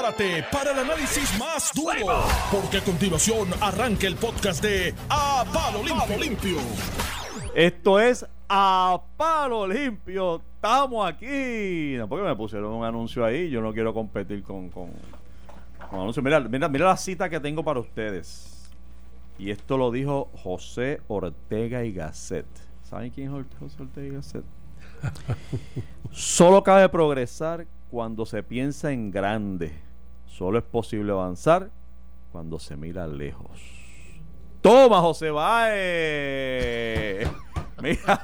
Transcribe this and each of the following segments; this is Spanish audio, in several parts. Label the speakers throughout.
Speaker 1: Prepárate para el análisis más duro, porque a continuación arranca el podcast de A Palo Limpio.
Speaker 2: Esto es A Palo Limpio. Estamos aquí. No, porque me pusieron un anuncio ahí. Yo no quiero competir con anuncios. Mira la cita que tengo para ustedes. Y esto lo dijo José Ortega y Gasset. ¿Saben quién es José Ortega y Gasset? Solo cabe progresar cuando se piensa en grande. Solo es posible avanzar cuando se mira lejos. ¡Toma, José Báez! Mira,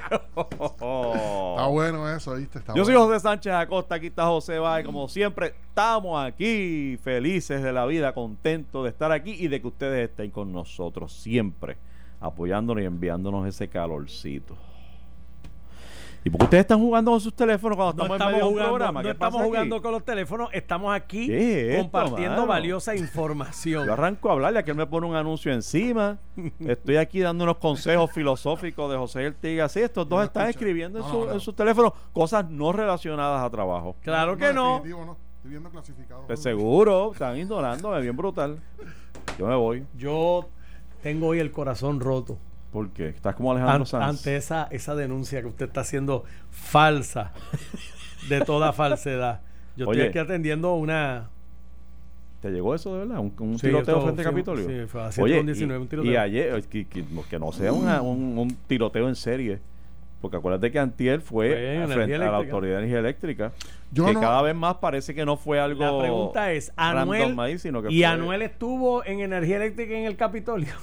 Speaker 3: está bueno eso, ¿viste?
Speaker 2: Yo soy José Sánchez Acosta, aquí está José Báez. Como siempre, estamos aquí felices de la vida, contentos de estar aquí y de que ustedes estén con nosotros siempre, apoyándonos y enviándonos ese calorcito. ¿Y por qué ustedes están jugando con sus teléfonos cuando estamos en medio de un programa?
Speaker 4: No estamos jugando con los teléfonos, estamos aquí compartiendo valiosa información.
Speaker 2: Yo arranco a hablar y aquí él me pone un anuncio encima. Estoy aquí dando unos consejos filosóficos de José Ortega. Sí, estos dos están escribiendo en sus teléfonos cosas no relacionadas a trabajo.
Speaker 4: Claro que no.
Speaker 3: No. Estoy viendo clasificado.
Speaker 2: Pues seguro, están ignorándome, bien brutal. Yo me voy.
Speaker 4: Yo tengo hoy el corazón roto.
Speaker 2: ¿Por qué? Estás como Alejandro Sanz.
Speaker 4: Ante esa denuncia que usted está haciendo falsa, de toda falsedad. Yo estoy aquí atendiendo una...
Speaker 2: ¿Te llegó eso de verdad? ¿Un tiroteo frente a Capitolio?
Speaker 4: Sí, fue a 7/19, un tiroteo.
Speaker 2: Y ayer, que no sea un tiroteo en serie, porque acuérdate que antier fue frente a la Autoridad de Energía Eléctrica, cada vez más parece que no fue algo...
Speaker 4: La pregunta es, Anuel,
Speaker 2: sino que
Speaker 4: Anuel estuvo en Energía Eléctrica en el Capitolio.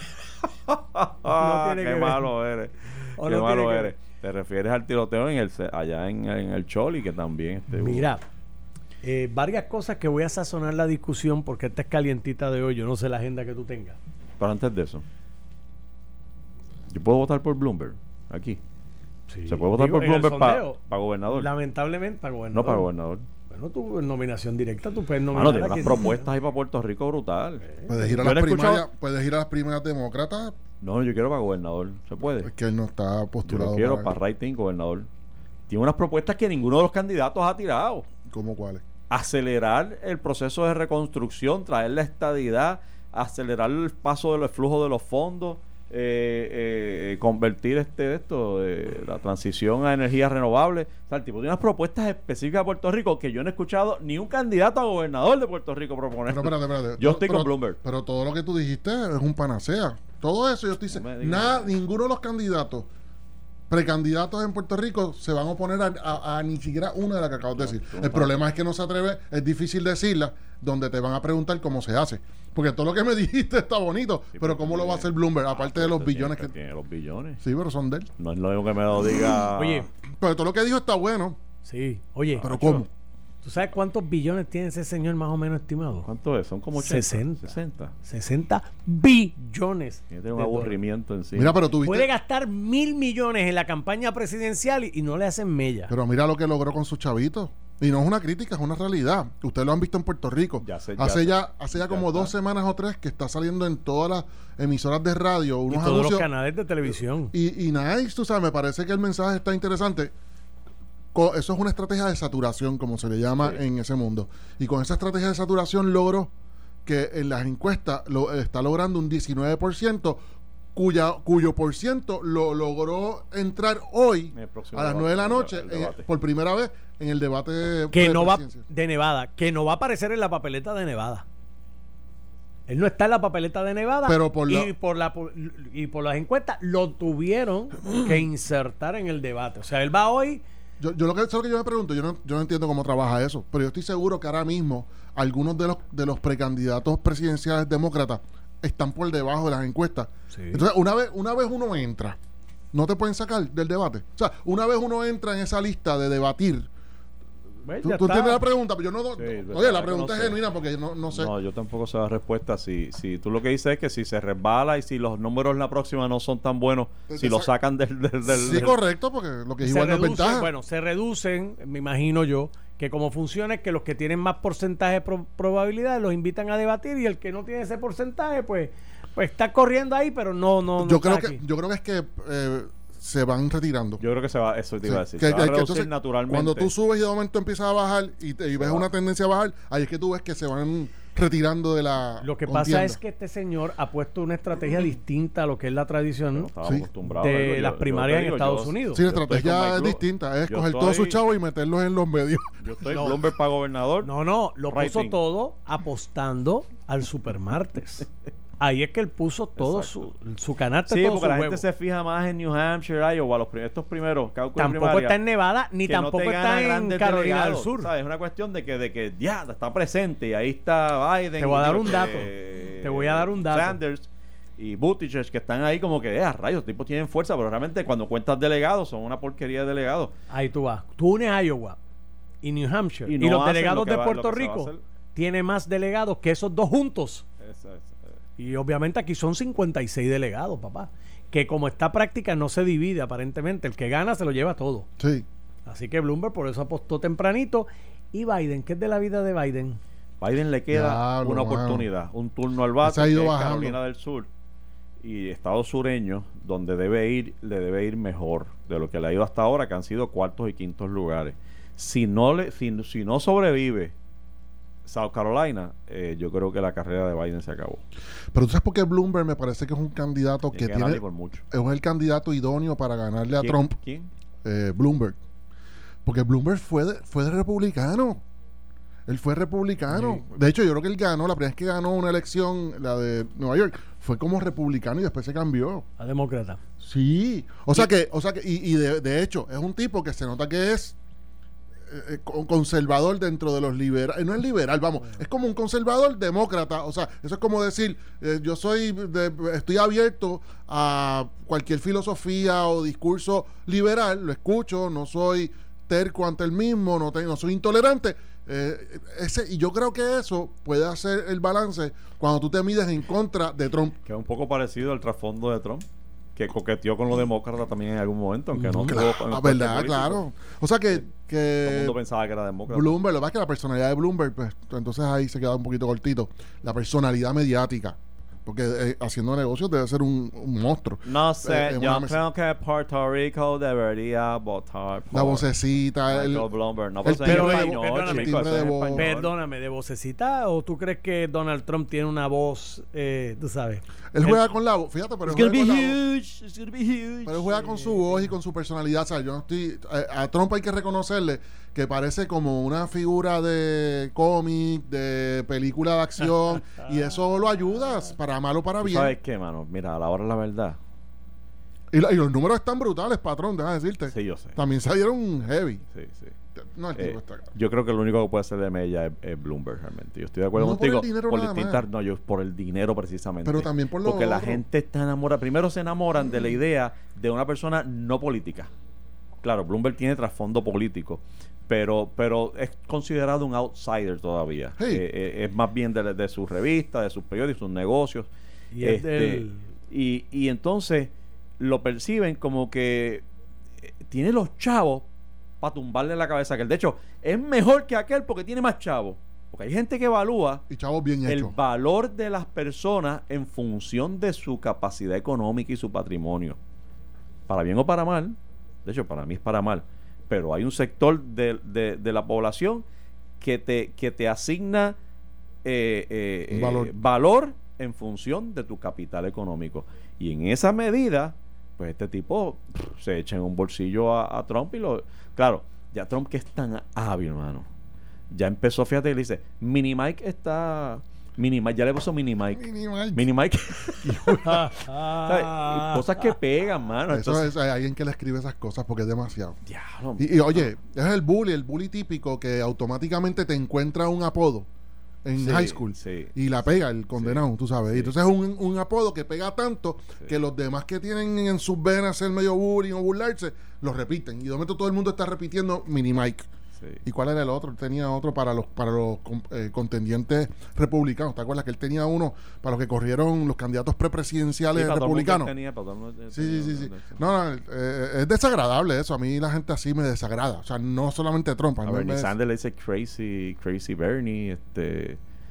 Speaker 2: Qué malo eres. Qué malo eres. Te refieres al tiroteo allá en el Choli, que también
Speaker 4: mira, varias cosas que voy a sazonar la discusión porque esta es calientita de hoy. Yo no sé la agenda que tú tengas.
Speaker 2: Pero antes de eso, yo puedo votar por Bloomberg aquí.
Speaker 4: Sí.
Speaker 2: ¿Se puede votar por Bloomberg para gobernador?
Speaker 4: Lamentablemente para gobernador.
Speaker 2: No para gobernador.
Speaker 4: Bueno, tú en nominación directa tú puedes nominar.
Speaker 2: Tiene unas propuestas ahí para Puerto Rico brutal.
Speaker 3: Puedes ir a las primarias demócratas.
Speaker 2: No, yo quiero para gobernador. ¿Se puede?
Speaker 3: Es que él no está postulado.
Speaker 2: Yo quiero para rating gobernador. Tiene unas propuestas que ninguno de los candidatos ha tirado.
Speaker 3: ¿Cómo cuáles?
Speaker 2: Acelerar el proceso de reconstrucción, traer la estadidad, acelerar el paso del flujo de los fondos, convertir la transición a energías renovables. O sea, el tipo tiene unas propuestas específicas de Puerto Rico que yo no he escuchado ni un candidato a gobernador de Puerto Rico proponer.
Speaker 3: Pero espérate.
Speaker 2: Yo estoy con Bloomberg.
Speaker 3: Pero todo lo que tú dijiste es un panacea. Todo eso yo estoy diciendo. Ninguno de los precandidatos en Puerto Rico se van a oponer a ni siquiera una de las que acabo de decir. El problema es que no se atreve, es difícil decirla, donde te van a preguntar cómo se hace. Porque todo lo que me dijiste está bonito, pero ¿cómo lo va a hacer Bloomberg? Aparte de los billones que
Speaker 2: tiene los billones.
Speaker 3: Sí, pero son de él.
Speaker 2: No es lo mismo que me lo diga.
Speaker 4: Oye,
Speaker 3: pero todo lo que dijo está bueno.
Speaker 4: Sí, oye.
Speaker 3: Pero ¿cómo?
Speaker 4: ¿Tú sabes cuántos billones tiene ese señor más o menos estimado?
Speaker 2: ¿Cuánto es? Son como 80.
Speaker 4: 60 billones.
Speaker 2: Tiene un aburrimiento encima.
Speaker 3: Mira, pero tú
Speaker 4: puede gastar 1,000 millones en la campaña presidencial y no le hacen mella.
Speaker 3: Pero mira lo que logró con sus chavitos. Y no es una crítica, es una realidad. Ustedes lo han visto en Puerto Rico. Hace ya como 2 semanas o 3 que está saliendo en todas las emisoras de radio. Unos
Speaker 4: y todos
Speaker 3: anuncios,
Speaker 4: los canales de televisión.
Speaker 3: Y nice, tú sabes, me parece que el mensaje está interesante. Eso es una estrategia de saturación, como se le llama en ese mundo. Y con esa estrategia de saturación logró que en las encuestas está logrando un 19%, cuyo por ciento lo logró entrar hoy a las 9 de la noche por primera vez en el debate
Speaker 4: de Nevada, que no va a aparecer en la papeleta de Nevada. Él no está en la papeleta de Nevada,
Speaker 3: pero
Speaker 4: por las encuestas lo tuvieron que insertar en el debate. O sea, él va hoy.
Speaker 3: Yo lo que yo me pregunto, yo no entiendo cómo trabaja eso, pero yo estoy seguro que ahora mismo algunos de los precandidatos presidenciales demócratas están por debajo de las encuestas. Sí. Entonces, una vez uno entra, no te pueden sacar del debate. O sea, una vez uno entra en esa lista de debatir, ¿tú entiendes la pregunta? Pero yo no. Oye, la pregunta es genuina porque no sé.
Speaker 2: No, yo tampoco sé la respuesta. Si tú lo que dices es que si se resbala y si los números en la próxima no son tan buenos, si lo sacan del
Speaker 3: sí, correcto, porque lo que es igual no es ventaja.
Speaker 4: Bueno, se reducen, me imagino yo, que como funciona es que los que tienen más porcentaje de probabilidades los invitan a debatir y el que no tiene ese porcentaje, pues está corriendo ahí, pero no.
Speaker 3: Yo creo que es que se van retirando.
Speaker 2: Yo creo que se va, eso te iba a decir.
Speaker 3: Que-
Speaker 2: Se va a
Speaker 3: que
Speaker 2: reducir
Speaker 3: entonces,
Speaker 2: naturalmente.
Speaker 3: Cuando tú subes y de momento empiezas a bajar y ves una tendencia a bajar, ahí es que tú ves que se van retirando de la
Speaker 4: Lo que
Speaker 3: contienda.
Speaker 4: pasa es que este señor ha puesto una estrategia distinta a lo que es la tradición
Speaker 2: Estábamos
Speaker 3: Sí.
Speaker 2: acostumbrados a
Speaker 4: de
Speaker 2: algo.
Speaker 4: las
Speaker 2: Yo
Speaker 4: primarias
Speaker 2: te
Speaker 4: en
Speaker 2: digo,
Speaker 4: Estados
Speaker 2: yo-
Speaker 4: Unidos.
Speaker 3: Sí, la
Speaker 2: Yo estoy con
Speaker 3: estrategia
Speaker 2: Mike
Speaker 3: es
Speaker 2: Lu-
Speaker 3: distinta, es
Speaker 2: yo
Speaker 3: coger
Speaker 2: estoy-
Speaker 3: todos sus chavos y meterlos en los medios.
Speaker 2: Yo estoy
Speaker 4: No.
Speaker 2: Bloomberg para gobernador.
Speaker 4: No, lo puso
Speaker 2: Rating.
Speaker 4: todo apostando al supermartes. Ahí es que él puso todo su canasta,
Speaker 2: Sí,
Speaker 4: todo
Speaker 2: porque
Speaker 4: su
Speaker 2: la
Speaker 4: huevo.
Speaker 2: gente se fija más en New Hampshire, Iowa, estos primeros cálculos
Speaker 4: Tampoco
Speaker 2: primarias,
Speaker 4: está en Nevada, ni
Speaker 2: que no
Speaker 4: tampoco
Speaker 2: te gana
Speaker 4: está en
Speaker 2: grandes
Speaker 4: Carolina del
Speaker 2: delegados,
Speaker 4: Sur.
Speaker 2: ¿sabes? Es una cuestión de que ya está presente y ahí está Biden.
Speaker 4: Te voy a dar
Speaker 2: y,
Speaker 4: un dato. Te voy a dar un dato.
Speaker 2: Sanders y Buttigieg, que están ahí como que, rayos, los tipos tienen fuerza, pero realmente cuando cuentas delegados son una porquería de delegados.
Speaker 4: Ahí tú vas. Tú unes Iowa y New Hampshire.
Speaker 2: Y
Speaker 4: Y,
Speaker 2: no
Speaker 4: los
Speaker 2: hacen
Speaker 4: delegados
Speaker 2: lo que
Speaker 4: de
Speaker 2: va-
Speaker 4: Puerto
Speaker 2: lo que se va a
Speaker 4: Rico
Speaker 2: hacer.
Speaker 4: tiene más delegados que esos dos juntos. Y obviamente aquí son 56 delegados, papá. Que como esta práctica no se divide aparentemente. El que gana se lo lleva todo.
Speaker 3: Sí.
Speaker 4: Así que Bloomberg por eso apostó tempranito. Y Biden, ¿qué es de la vida de Biden?
Speaker 2: Biden le queda
Speaker 3: Diablo,
Speaker 2: una
Speaker 3: mano.
Speaker 2: oportunidad, un turno al bate,
Speaker 3: Se ha ido
Speaker 2: que es
Speaker 3: bajando.
Speaker 2: Carolina del Sur y Estados sureños, donde le debe ir mejor de lo que le ha ido hasta ahora, que han sido cuartos y quintos lugares. Si no sobrevive South Carolina, yo creo que la carrera de Biden se acabó.
Speaker 3: Pero tú sabes por qué Bloomberg me parece que es un candidato que
Speaker 2: Tiene que ganarle
Speaker 3: tiene...
Speaker 2: por mucho.
Speaker 3: Es el candidato idóneo para ganarle a
Speaker 2: ¿Quién?
Speaker 3: Trump.
Speaker 2: ¿Quién?
Speaker 3: Bloomberg. Porque Bloomberg fue de republicano. Él fue republicano.
Speaker 4: Sí.
Speaker 3: De hecho, yo creo que él ganó, la primera vez que ganó una elección, la de Nueva York, fue como republicano y después se cambió.
Speaker 4: A demócrata.
Speaker 3: Sí. O sea que de hecho, es un tipo que se nota que es conservador dentro de los liberales. No es liberal, vamos, es como un conservador demócrata. O sea, eso es como decir, yo estoy abierto a cualquier filosofía o discurso liberal, lo escucho, no soy terco ante el mismo, no soy intolerante. Y yo creo que eso puede hacer el balance cuando tú te mides en contra de Trump.
Speaker 2: Que es un poco parecido al trasfondo de Trump, que coqueteó con los demócratas también en algún momento, aunque no
Speaker 3: Claro,
Speaker 2: tuvo- no
Speaker 3: verdad,
Speaker 2: político.
Speaker 3: claro. O sea
Speaker 2: Todo el
Speaker 3: que
Speaker 2: mundo pensaba que era demócrata.
Speaker 3: Bloomberg, lo que pasa es que la personalidad de Bloomberg, pues, entonces ahí se queda un poquito cortito. La personalidad mediática. Porque haciendo negocios debe ser un monstruo.
Speaker 2: No sé,
Speaker 3: una
Speaker 2: yo
Speaker 3: mesa-
Speaker 2: creo que Puerto Rico debería votar por
Speaker 3: La vocecita,
Speaker 2: Michael Bloomberg. No,
Speaker 3: el
Speaker 2: pues en
Speaker 3: timbre de
Speaker 2: español,
Speaker 3: voz,
Speaker 2: chico,
Speaker 3: el
Speaker 2: eso
Speaker 3: timbre
Speaker 2: es
Speaker 3: de voz.
Speaker 2: español.
Speaker 4: Perdóname, ¿de vocecita? ¿O tú crees que Donald Trump tiene una voz, tú sabes?
Speaker 3: él juega con la voz. Fíjate, pero
Speaker 2: It's
Speaker 3: él
Speaker 2: gonna
Speaker 3: juega
Speaker 2: be
Speaker 3: con la voz.
Speaker 2: huge, it's gonna be huge.
Speaker 3: Pero él juega con su voz y con su personalidad. O sea, yo no estoy. A Trump hay que reconocerle que parece como una figura de cómic, de película de acción, y eso lo ayuda para mal o para
Speaker 2: ¿Tú
Speaker 3: bien.
Speaker 2: ¿Sabes qué, mano? Mira, a la hora de la verdad.
Speaker 3: Y los números están brutales, patrón, déjame decirte.
Speaker 2: Sí, yo sé.
Speaker 3: También salieron heavy.
Speaker 2: Sí, sí.
Speaker 3: No, el tipo está
Speaker 2: Yo creo que lo único que puede hacer de Mella es Bloomberg realmente. Yo estoy de acuerdo
Speaker 3: No por
Speaker 2: contigo.
Speaker 3: el dinero nada más.
Speaker 2: No, yo por el dinero precisamente.
Speaker 3: Pero también por lo
Speaker 2: Porque la
Speaker 3: otro.
Speaker 2: gente está enamorada. Primero se enamoran de la idea de una persona no política. Claro, Bloomberg tiene trasfondo político, pero es considerado un outsider todavía.
Speaker 3: Sí.
Speaker 2: Es más bien de sus revistas, de sus periódicos, sus negocios.
Speaker 4: Y es del-
Speaker 2: Y entonces lo perciben como que tiene los chavos para tumbarle la cabeza a aquel. De hecho, es mejor que aquel porque tiene más chavos. Porque hay gente que evalúa
Speaker 3: Y chavos bien
Speaker 2: el
Speaker 3: hechos.
Speaker 2: valor de las personas en función de su capacidad económica y su patrimonio. Para bien o para mal. De hecho, para mí es para mal. Pero hay un sector de la población que te asigna valor en función de tu capital económico. Y en esa medida, pues este tipo se echa en un bolsillo a Trump y claro, ya Trump, que es tan hábil, hermano, ya empezó, fíjate, y le dice, Mini Mike, ya le puso Mini Mike. Mini Mike. ¿Sabes? Y cosas que pegan, mano.
Speaker 3: Eso
Speaker 2: Entonces,
Speaker 3: es, hay alguien que le escribe esas cosas porque es demasiado.
Speaker 2: diablo,
Speaker 3: Y oye, es el bully típico que automáticamente te encuentra un apodo en
Speaker 2: Sí,
Speaker 3: high school
Speaker 2: sí.
Speaker 3: y la pega el condenado, tú sabes.
Speaker 2: sí.
Speaker 3: Y entonces es un apodo que pega tanto que los demás que tienen en sus venas ser medio bullying o burlarse, lo repiten. Y de momento todo el mundo está repitiendo Mini Mike.
Speaker 2: sí.
Speaker 3: ¿Y cuál era el otro? Él tenía otro para los contendientes republicanos. ¿Te acuerdas que él tenía uno para los que corrieron los candidatos prepresidenciales
Speaker 2: Sí, para todo el mundo
Speaker 3: republicanos?
Speaker 2: tenía, para todo el mundo
Speaker 3: Sí.
Speaker 2: tenía.
Speaker 3: No, es desagradable eso. A mí la gente así me desagrada. O sea, no solamente Trump.
Speaker 2: A
Speaker 3: mí
Speaker 2: Bernie
Speaker 3: me-
Speaker 2: Sanders le dice crazy Bernie,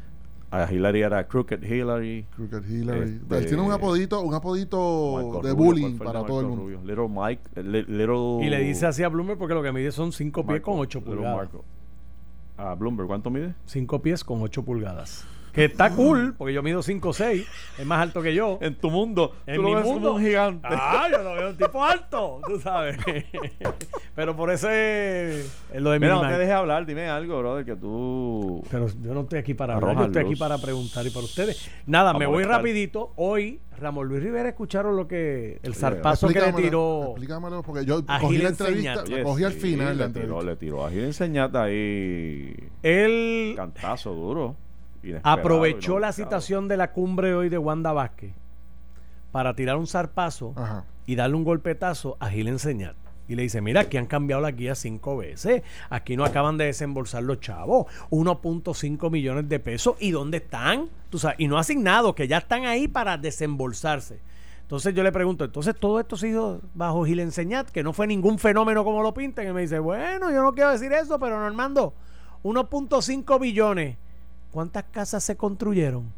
Speaker 2: A Hillary era Crooked Hillary.
Speaker 3: Crooked Hillary. Él tiene un apodito de bullying para todo el mundo.
Speaker 2: Rubio. Little Mike. Little...
Speaker 4: Y le dice así a Bloomberg porque lo que mide son 5 pies con 8 pulgadas.
Speaker 2: A Bloomberg, ¿cuánto mide?
Speaker 4: 5 pies con 8 pulgadas. Que está cool, porque yo mido 5'6", es más alto que yo.
Speaker 2: En tu mundo.
Speaker 4: En
Speaker 2: tú
Speaker 4: mi
Speaker 2: lo ves
Speaker 4: mundo.
Speaker 2: como un gigante.
Speaker 4: Yo lo veo un tipo alto, tú sabes. Pero por eso es lo de
Speaker 2: Mira, no
Speaker 4: Miniman.
Speaker 2: te dejes hablar, dime algo, brother, que tú...
Speaker 4: Pero yo no estoy aquí para hablar,
Speaker 2: Arroja
Speaker 4: yo estoy aquí
Speaker 2: luz.
Speaker 4: para preguntar y para ustedes. Nada, me
Speaker 2: Vamos
Speaker 4: voy
Speaker 2: a estar.
Speaker 4: rapidito. Hoy, Ramón Luis Rivera, escucharon lo que el zarpazo que le tiró.
Speaker 3: Explícamelo, porque yo
Speaker 4: a
Speaker 3: cogí
Speaker 4: Gil
Speaker 3: la entrevista,
Speaker 4: Enseñat.
Speaker 3: la cogí al final la
Speaker 2: le tiró,
Speaker 3: entrevista.
Speaker 2: le tiró a Gil Enseñata ahí.
Speaker 4: Él
Speaker 2: Cantazo duro. Inesperado,
Speaker 4: aprovechó
Speaker 2: y no
Speaker 4: la
Speaker 2: buscado.
Speaker 4: citación de la cumbre hoy de Wanda Vázquez para tirar un zarpazo
Speaker 3: Ajá.
Speaker 4: y darle un golpetazo a Gil Enseñat. Y le dice, mira, aquí han cambiado la guía 5 veces. Aquí no acaban de desembolsar los chavos. 1.5 millones de pesos. ¿Y dónde están? Tú sabes, y no asignados, que ya están ahí para desembolsarse. Entonces yo le pregunto, entonces todo esto se hizo bajo Gil Enseñat, que no fue ningún fenómeno como lo pintan. Y me dice, bueno, yo no quiero decir eso, pero Normando, 1.5 billones. ¿Cuántas casas se construyeron?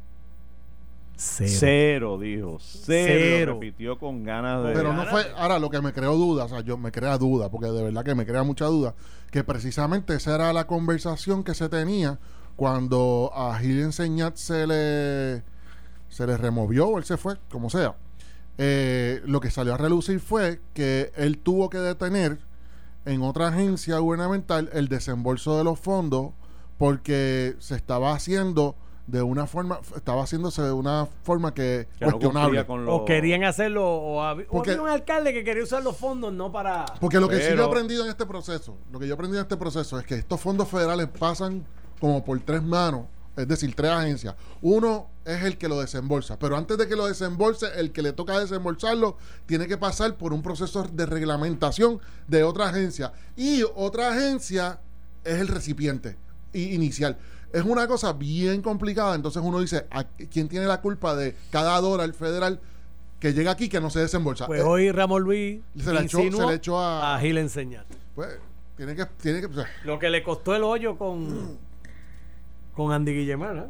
Speaker 2: Cero, dijo. Cero. Lo repitió con ganas de...
Speaker 3: Pero no fue, ahora lo que me creó duda, o sea, yo me crea duda, porque de verdad que me crea mucha duda, que precisamente esa era la conversación que se tenía cuando a Gil Enseñat se le removió o él se fue, como sea. Lo que salió a relucir fue que él tuvo que detener en otra agencia gubernamental el desembolso de los fondos porque se estaba haciendo haciéndose de una forma que
Speaker 2: que no
Speaker 3: cuestionable.
Speaker 2: cumplía con lo-
Speaker 4: O querían hacerlo, o había
Speaker 3: Porque-
Speaker 4: un alcalde que quería usar los fondos no para...
Speaker 3: Porque lo que sí yo he
Speaker 2: Pero-
Speaker 3: aprendido en este proceso, es que estos fondos federales pasan como por 3 manos, es decir, 3 agencias. Uno es el que lo desembolsa, pero antes de que lo desembolse, el que le toca desembolsarlo tiene que pasar por un proceso de reglamentación de otra agencia. Y otra agencia es el recipiente inicial. Es una cosa bien complicada, entonces uno dice, ¿quién tiene la culpa de cada dólar federal que llega aquí que no se desembolsa?
Speaker 4: Pues hoy Ramón Luis
Speaker 3: se le
Speaker 4: insinuó
Speaker 3: echó a
Speaker 4: Gil Enseñat.
Speaker 3: pues tiene que o sea,
Speaker 4: Lo que le costó el hoyo con Andy Guillemana.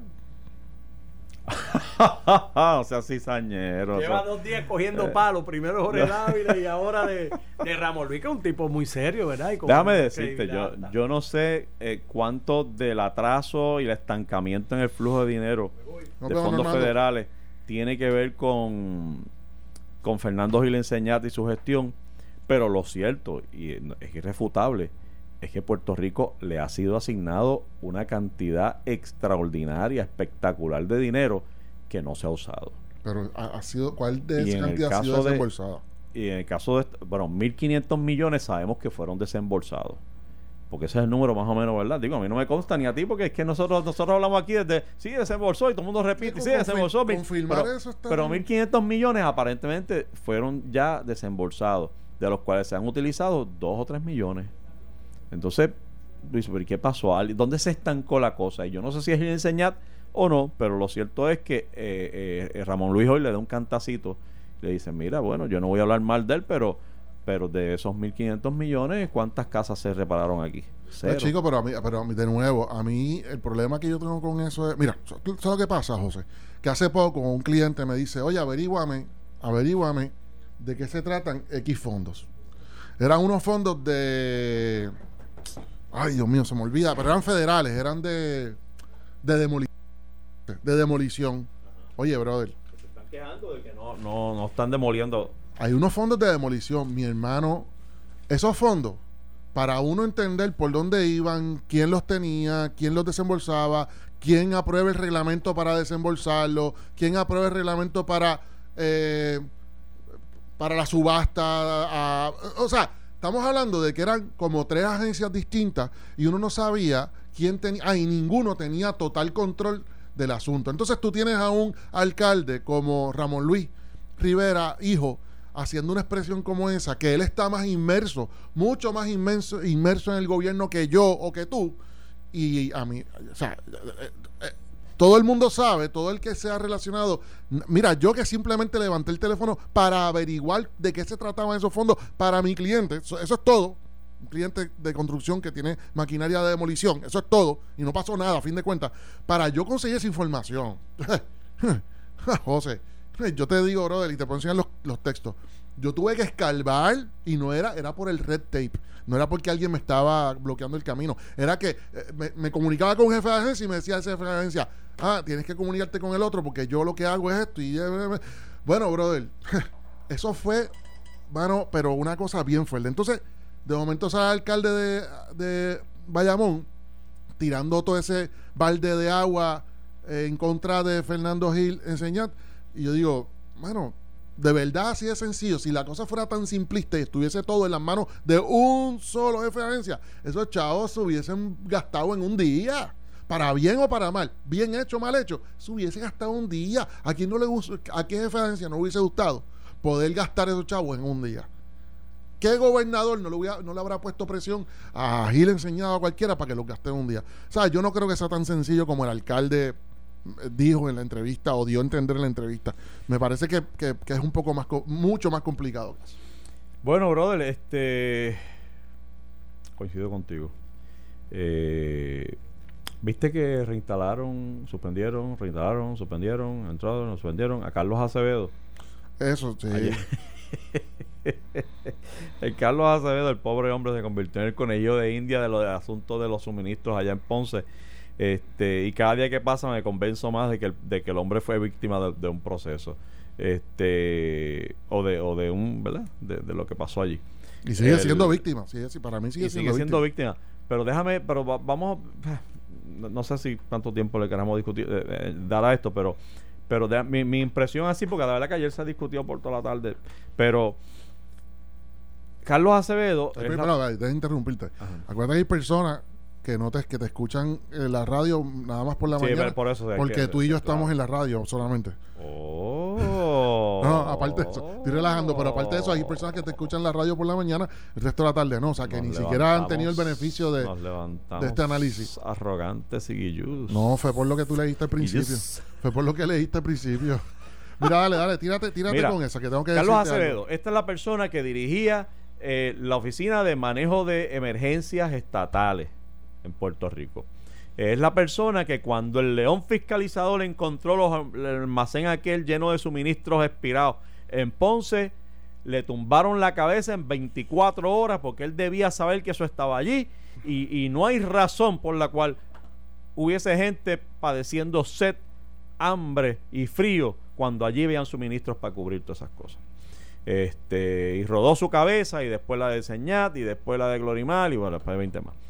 Speaker 2: O sea, cizañero.
Speaker 4: Lleva 2 días cogiendo palos. Primero Jorge Dávila y ahora de Ramón Luis, que es un tipo muy serio, ¿verdad? Y con
Speaker 2: Déjame
Speaker 4: una
Speaker 2: decirte,
Speaker 4: credibilidad.
Speaker 2: yo no sé cuánto del atraso y el estancamiento en el flujo de dinero
Speaker 3: No,
Speaker 2: de
Speaker 3: pero
Speaker 2: fondos
Speaker 3: Normando,
Speaker 2: federales tiene que ver con Fernando Gil Enseñat y su gestión, pero lo cierto, y es irrefutable, es que Puerto Rico le ha sido asignado una cantidad extraordinaria, espectacular de dinero que no se ha usado.
Speaker 3: pero ha sido, ¿cuál de
Speaker 2: Y
Speaker 3: esa
Speaker 2: en el
Speaker 3: cantidad ha sido
Speaker 2: caso de-
Speaker 3: desembolsada?
Speaker 2: Y en el caso de, 1.500 millones sabemos que fueron desembolsados. Porque ese es el número más o menos, ¿verdad? Digo, a mí no me consta ni a ti, porque es que nosotros hablamos aquí desde, sí, desembolsó, y todo el mundo repite, sí, desembolsó.
Speaker 3: Confirmar
Speaker 2: Pero,
Speaker 3: eso está
Speaker 2: pero
Speaker 3: bien.
Speaker 2: 1.500 millones aparentemente fueron ya desembolsados, de los cuales se han utilizado 2 o 3 millones. Entonces, Luis, ¿pero qué pasó? ¿Dónde se estancó la cosa? Y yo no sé si es Enseñat o no, pero lo cierto es que Ramón Luis hoy le da un cantacito. Le dice, mira, bueno, yo no voy a hablar mal de él, pero de esos 1.500 millones, ¿cuántas casas se repararon aquí? Cero.
Speaker 3: Chico, pero a mí, de nuevo, a mí el problema que yo tengo con eso es, mira, ¿sabes lo que pasa, José? Que hace poco un cliente me dice, oye, averíguame de qué se tratan X fondos. Eran unos fondos de... Ay, Dios mío, se me olvida, pero eran federales, eran de demolición. Oye, brother,
Speaker 2: Se están quejando de que no están demoliendo.
Speaker 3: hay unos fondos de demolición, mi hermano. Esos fondos, para uno entender por dónde iban, quién los tenía, quién los desembolsaba, quién aprueba el reglamento para desembolsarlo, quién aprueba el reglamento para la subasta. O sea, estamos hablando de que eran como 3 agencias distintas y uno no sabía quién tenía, y ninguno tenía total control del asunto. Entonces tú tienes a un alcalde como Ramón Luis Rivera, hijo, haciendo una expresión como esa, que él está más inmerso, mucho más inmerso en el gobierno que yo o que tú, y a mí, o sea, todo el mundo sabe, todo el que sea relacionado, mira, yo que simplemente levanté el teléfono para averiguar de qué se trataban esos fondos para mi cliente, eso es todo, un cliente de construcción que tiene maquinaria de demolición, eso es todo, y no pasó nada a fin de cuentas. Para yo conseguir esa información, José, yo te digo, brother, y te puedo enseñar los textos, yo tuve que escarbar y no era por el red tape, no era porque alguien me estaba bloqueando el camino, era que me comunicaba con un jefe de agencia y me decía ese jefe de agencia, tienes que comunicarte con el otro porque yo lo que hago es esto y bueno, brother, eso fue, bueno, pero una cosa bien fuerte. Entonces, de momento sale el alcalde de Bayamón tirando todo ese balde de agua en contra de Fernando Gil Enseñat, y yo digo, bueno, de verdad así de sencillo, si la cosa fuera tan simplista y estuviese todo en las manos de un solo jefe de agencia, esos chavos se hubiesen gastado en un día, para bien o para mal, bien hecho o mal hecho, se hubiese gastado un día. ¿A quién no le gusta, a qué jefe de agencia no hubiese gustado poder gastar esos chavos en un día? ¿Qué gobernador no le habrá puesto presión a Gil Enseñado a cualquiera para que los gaste en un día? O sea, yo no creo que sea tan sencillo como el alcalde dijo en la entrevista o dio a entender en la entrevista. Me parece que es un poco más, mucho más complicado.
Speaker 2: Bueno, brother, coincido contigo. Viste que suspendieron, entraron, suspendieron a Carlos Acevedo.
Speaker 3: Eso, sí.
Speaker 2: El Carlos Acevedo, el pobre hombre, se convirtió en el conejillo de India del asunto de los suministros allá en Ponce. Y cada día que pasa me convenzo más de que el hombre fue víctima de un proceso, o de un, ¿verdad? De lo que pasó allí.
Speaker 3: Y sigue siendo víctima. Para mí sigue siendo
Speaker 2: víctima. Pero vamos, no sé si cuánto tiempo le queramos discutir, dar a esto, pero mi impresión así, porque la verdad que ayer se discutió por toda la tarde, pero Carlos Acevedo...
Speaker 3: Deja interrumpirte. Ajá. Acuérdate que hay personas que que te escuchan en la radio nada más por la mañana,
Speaker 2: por eso,
Speaker 3: porque tú y yo estamos en la radio solamente. No, aparte de eso, estoy relajando, pero aparte de eso hay personas que te escuchan en la radio por la mañana, el resto de la tarde no, o sea que ni siquiera han tenido el beneficio de este análisis.
Speaker 2: Arrogantes y guillus.
Speaker 3: No, fue por lo que tú leíste al principio. Fue por lo que leíste al principio. Mira, dale, tírate con esa que tengo que decir.
Speaker 2: Carlos Acevedo, esta es la persona que dirigía la Oficina de Manejo de Emergencias Estatales en Puerto Rico. Es la persona que cuando el león fiscalizador encontró el almacén aquel lleno de suministros expirados en Ponce, le tumbaron la cabeza en 24 horas porque él debía saber que eso estaba allí, y no hay razón por la cual hubiese gente padeciendo sed, hambre y frío cuando allí vean suministros para cubrir todas esas cosas. Y rodó su cabeza, y después la de Señat, y después la de Glorimar, y bueno, después de 20 más.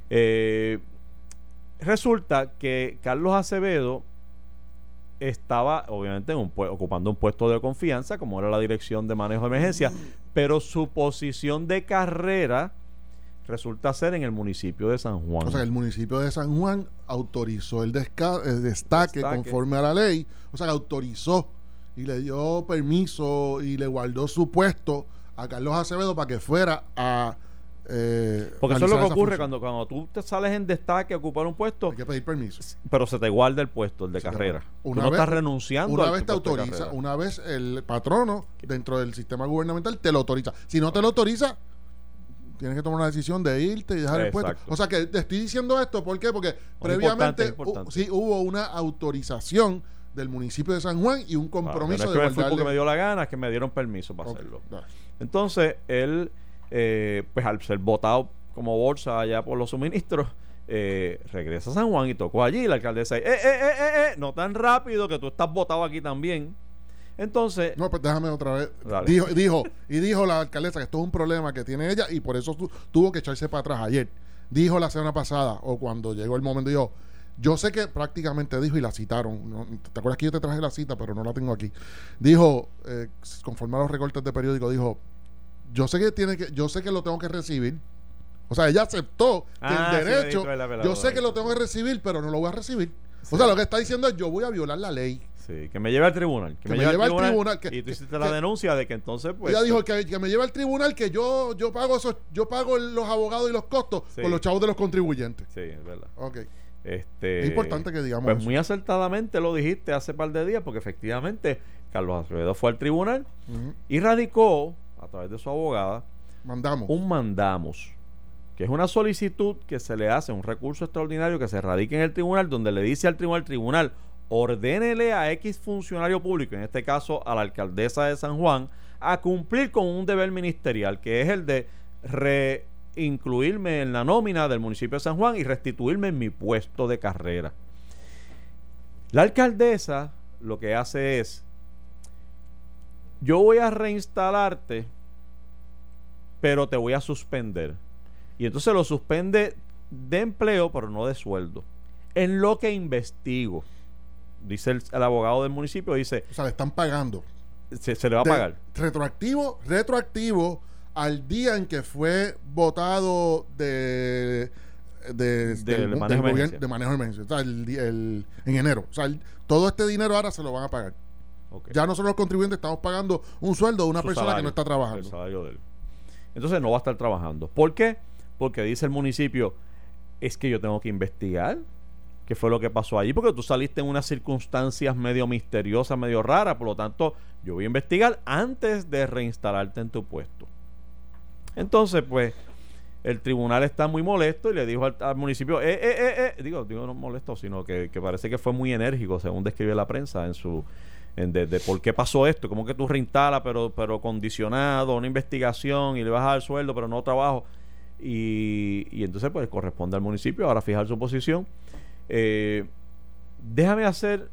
Speaker 2: Resulta que Carlos Acevedo estaba obviamente ocupando un puesto de confianza, como era la dirección de manejo de emergencia, pero su posición de carrera resulta ser en el municipio de San Juan.
Speaker 3: O sea, el municipio de San Juan autorizó el destaque conforme a la ley, o sea, autorizó y le dio permiso y le guardó su puesto a Carlos Acevedo para que fuera a
Speaker 2: porque eso es lo que ocurre cuando tú te sales en destaque a ocupar un puesto.
Speaker 3: Hay que pedir permiso.
Speaker 2: Pero se te guarda el puesto, el de carrera. Tú no estás renunciando.
Speaker 3: Una vez te autoriza, una vez el patrono dentro del sistema gubernamental te lo autoriza. Si no te lo autoriza, tienes que tomar una decisión de irte y dejar el puesto. O sea que te estoy diciendo esto, ¿por qué? Porque previamente sí hubo una autorización del municipio de San Juan y un compromiso
Speaker 2: no es que me fui porque me dio la gana, es que me dieron permiso para hacerlo. Entonces, él pues al ser votado como bolsa allá por los suministros, regresa a San Juan y tocó allí. La alcaldesa dice, no tan rápido, que tú estás votado aquí también. Entonces,
Speaker 3: no, pues déjame otra vez. Dijo la alcaldesa que esto es un problema que tiene ella y por eso tuvo que echarse para atrás ayer. Dijo la semana pasada, o cuando llegó el momento, dijo, yo sé que prácticamente dijo, y la citaron, ¿no? ¿Te acuerdas que yo te traje la cita, pero no la tengo aquí? Dijo, conforme a los recortes de periódico, dijo, yo sé que lo tengo que recibir. O sea, ella aceptó que el derecho, yo sé que lo tengo que recibir, pero no lo voy a recibir. Sí. O sea, lo que está diciendo es, yo voy a violar la ley.
Speaker 2: Sí, que me lleve al tribunal. Que me lleve al tribunal. Y tú hiciste la denuncia de que entonces, pues...
Speaker 3: Ella dijo que me lleve al tribunal, que yo pago los abogados y los costos con los chavos de los contribuyentes.
Speaker 2: Sí, es verdad.
Speaker 3: Ok. Es importante que digamos
Speaker 2: pues eso. Muy acertadamente lo dijiste hace par de días, porque efectivamente Carlos Acevedo fue al tribunal y radicó a través de su abogada
Speaker 3: un
Speaker 2: que es una solicitud que se le hace, un recurso extraordinario que se radica en el tribunal, donde le dice al tribunal, ordénele a X funcionario público, en este caso a la alcaldesa de San Juan, a cumplir con un deber ministerial, que es el de reincluirme en la nómina del municipio de San Juan y restituirme en mi puesto de carrera. La alcaldesa lo que hace es: yo voy a reinstalarte, pero te voy a suspender. Y entonces lo suspende de empleo, pero no de sueldo. En lo que investigo, dice el abogado del municipio, dice...
Speaker 3: O sea, le están pagando.
Speaker 2: Se le va a pagar.
Speaker 3: Retroactivo al día en que fue votado de manejo de emergencia. O sea, en enero. O sea, todo este dinero ahora se lo van a pagar. Okay. Ya nosotros los contribuyentes estamos pagando un sueldo de una persona salario, que no está trabajando.
Speaker 2: El salario de él. Entonces no va a estar trabajando. ¿Por qué? Porque dice el municipio, es que yo tengo que investigar qué fue lo que pasó allí, porque tú saliste en unas circunstancias medio misteriosas, medio raras, por lo tanto yo voy a investigar antes de reinstalarte en tu puesto. Entonces pues el tribunal está muy molesto y le dijo al municipio, digo no molesto, sino que parece que fue muy enérgico, según describe la prensa en su... De por qué pasó esto, como que tú reinstalas pero condicionado, una investigación y le vas a dar sueldo pero no trabajo, y entonces pues corresponde al municipio ahora fijar su posición. Déjame hacer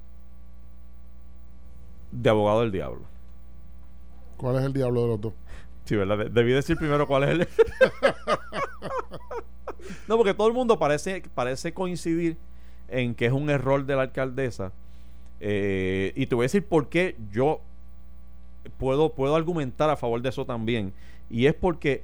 Speaker 2: de abogado del diablo.
Speaker 3: ¿Cuál es el diablo de los dos?
Speaker 2: Sí, ¿verdad? Debí decir primero cuál es el... No, porque todo el mundo parece coincidir en que es un error de la alcaldesa. Y te voy a decir por qué yo puedo argumentar a favor de eso también. Y es porque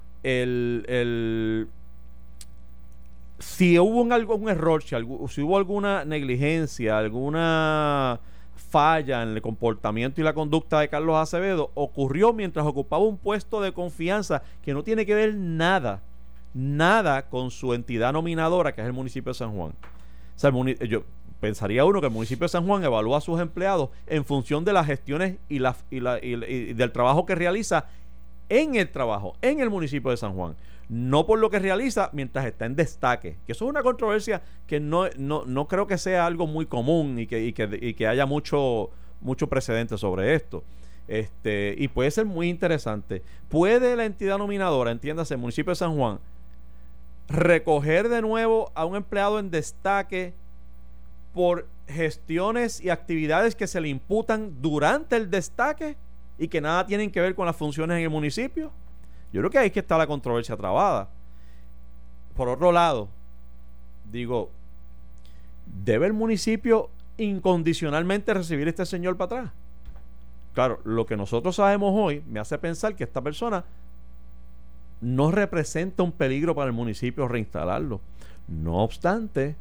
Speaker 2: si hubo algún error, si hubo alguna negligencia, alguna falla en el comportamiento y la conducta de Carlos Acevedo, ocurrió mientras ocupaba un puesto de confianza que no tiene que ver nada con su entidad nominadora, que es el municipio de San Juan. O sea, yo pensaría uno que el municipio de San Juan evalúa a sus empleados en función de las gestiones y del trabajo que realiza en el municipio de San Juan, no por lo que realiza mientras está en destaque, que eso es una controversia que no creo que sea algo muy común y que haya mucho precedente sobre esto. Y puede ser muy interesante. ¿Puede la entidad nominadora, entiéndase el municipio de San Juan, recoger de nuevo a un empleado en destaque por gestiones y actividades que se le imputan durante el destaque y que nada tienen que ver con las funciones en el municipio? Yo creo que ahí es que está la controversia trabada. Por otro lado, digo, ¿debe el municipio incondicionalmente recibir a este señor para atrás? Claro, lo que nosotros sabemos hoy me hace pensar que esta persona no representa un peligro para el municipio reinstalarlo. No obstante,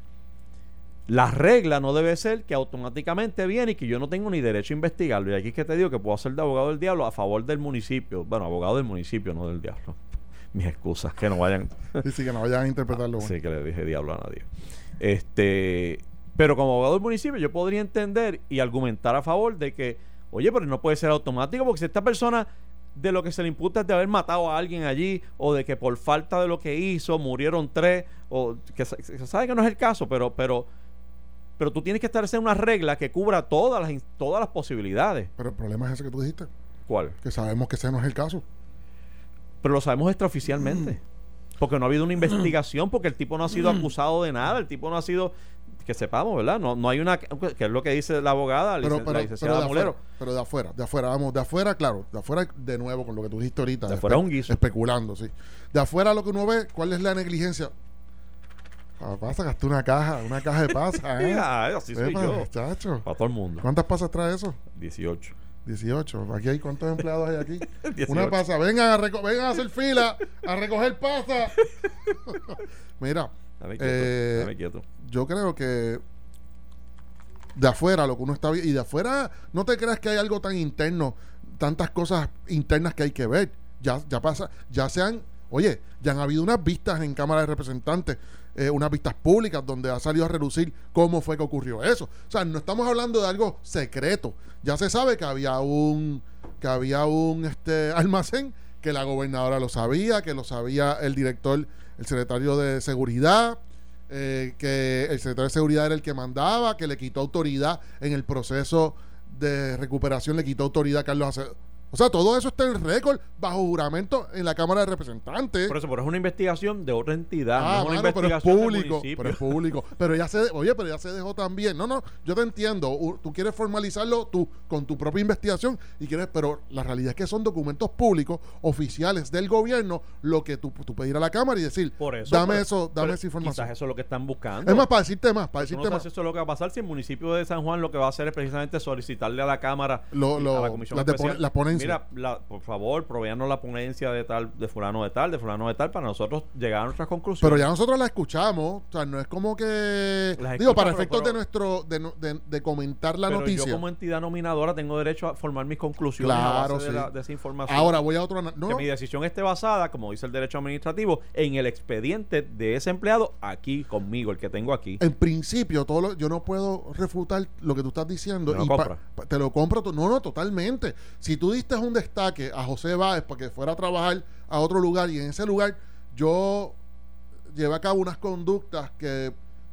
Speaker 2: la regla no debe ser que automáticamente viene y que yo no tengo ni derecho a investigarlo. Y aquí es que te digo que puedo ser de abogado del diablo a favor del municipio. Bueno, abogado del municipio, no del diablo. Mis excusas, que no vayan...
Speaker 3: Sí, que no vayan a interpretarlo.
Speaker 2: Sí, que le dije diablo a nadie. Pero como abogado del municipio yo podría entender y argumentar a favor de que, oye, pero no puede ser automático, porque si esta persona de lo que se le imputa es de haber matado a alguien allí, o de que por falta de lo que hizo murieron 3, o que se sabe que no es el caso, pero tú tienes que establecer una regla que cubra todas las posibilidades.
Speaker 3: Pero el problema es ese que tú dijiste.
Speaker 2: ¿Cuál?
Speaker 3: Que sabemos que ese no es el caso.
Speaker 2: Pero lo sabemos extraoficialmente. Porque no ha habido una investigación, porque el tipo no ha sido acusado de nada, el tipo no ha sido... Que sepamos, ¿verdad? No hay una... Que es lo que dice la abogada, la licenciada Mulero.
Speaker 3: Pero de afuera, claro. De afuera, de nuevo, con lo que tú dijiste ahorita.
Speaker 2: De afuera es un guiso.
Speaker 3: Especulando, sí. De afuera lo que uno ve, ¿cuál es la negligencia? Papá, sacaste una caja de pasas, ¿eh?
Speaker 2: Así soy yo.
Speaker 3: Muchacho.
Speaker 2: Para todo el mundo.
Speaker 3: ¿Cuántas pasas trae eso?
Speaker 2: 18.
Speaker 3: Aquí hay, ¿cuántos empleados hay aquí?
Speaker 2: 18.
Speaker 3: Una pasa. Vengan a hacer fila, a recoger pasas. Mira,
Speaker 2: dame quieto.
Speaker 3: Yo creo que de afuera lo que uno está viendo, y de afuera no te creas que hay algo tan interno, tantas cosas internas que hay que ver. Ya pasa, ya han habido unas vistas en Cámara de Representantes, unas vistas públicas donde ha salido a relucir cómo fue que ocurrió eso. O sea, no estamos hablando de algo secreto. Ya se sabe que había un almacén que la gobernadora lo sabía, que lo sabía el director, el secretario de seguridad, que el secretario de seguridad era el que mandaba, que le quitó autoridad en el proceso de recuperación, le quitó autoridad a Carlos Acevedo. O sea, todo eso está en récord, bajo juramento en la Cámara de Representantes.
Speaker 2: Por eso, pero es una investigación de otra entidad, no es una
Speaker 3: mano, pero es
Speaker 2: investigación del
Speaker 3: público,
Speaker 2: municipio.
Speaker 3: pero es público. Pero ya se dejó también. No, yo te entiendo. Tú quieres formalizarlo tú con tu propia investigación y quieres, pero la realidad es que son documentos públicos, oficiales del gobierno, lo que tú pedir a la Cámara y decir,
Speaker 2: Por eso,
Speaker 3: dame
Speaker 2: pero
Speaker 3: esa información.
Speaker 2: Quizás eso es lo que están buscando.
Speaker 3: Es más, para decirte más,
Speaker 2: Tú no sabes eso es lo que va a pasar si el municipio de San Juan lo que va a hacer es precisamente solicitarle a la Cámara, a la Comisión Especial,
Speaker 3: la ponencia.
Speaker 2: mira, por favor, provéanos la ponencia de fulano de tal, para nosotros llegar a nuestras conclusiones.
Speaker 3: Pero ya nosotros la escuchamos, o sea, no es como que para efectos de nuestro de comentar la noticia.
Speaker 2: Yo como entidad nominadora tengo derecho a formar mis conclusiones a base de esa información.
Speaker 3: Ahora voy a otro
Speaker 2: que mi decisión esté basada, como dice el derecho administrativo, en el expediente de ese empleado aquí conmigo, el que tengo aquí.
Speaker 3: En principio, yo no puedo refutar lo que tú estás diciendo. Te lo compro. No, totalmente. Si tú diste un destaque a José Báez para que fuera a trabajar a otro lugar y en ese lugar yo llevé a cabo unas conductas que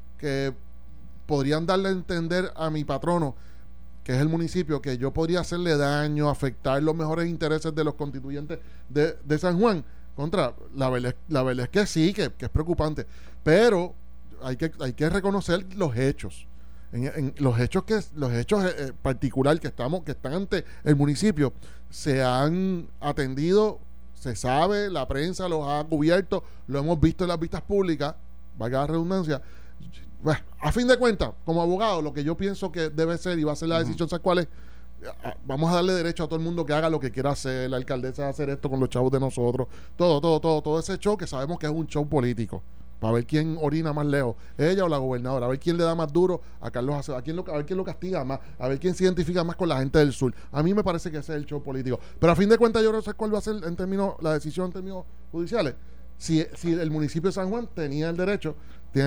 Speaker 3: podrían darle a entender a mi patrono, que es el municipio, que yo podría hacerle daño, afectar los mejores intereses de los constituyentes de San Juan. La verdad es que sí, que es preocupante, pero hay que reconocer los hechos. En los hechos particular que están ante el municipio se han atendido, se sabe, la prensa los ha cubierto, lo hemos visto en las vistas públicas, valga la redundancia. Bueno, a fin de cuentas, como abogado, lo que yo pienso que debe ser y va a ser la decisión, ¿sabes cuál es? Vamos a darle derecho a todo el mundo que haga lo que quiera hacer, la alcaldesa va a hacer esto con los chavos de nosotros, todo ese show que sabemos que es un show político, para ver quién orina más lejos, ella o la gobernadora, a ver quién le da más duro a Carlos Acevedo, a ver quién lo castiga más, a ver quién se identifica más con la gente del sur. A mí me parece que ese es el show político, pero a fin de cuentas yo no sé cuál va a ser la decisión en términos judiciales. Si el municipio de San Juan tiene el derecho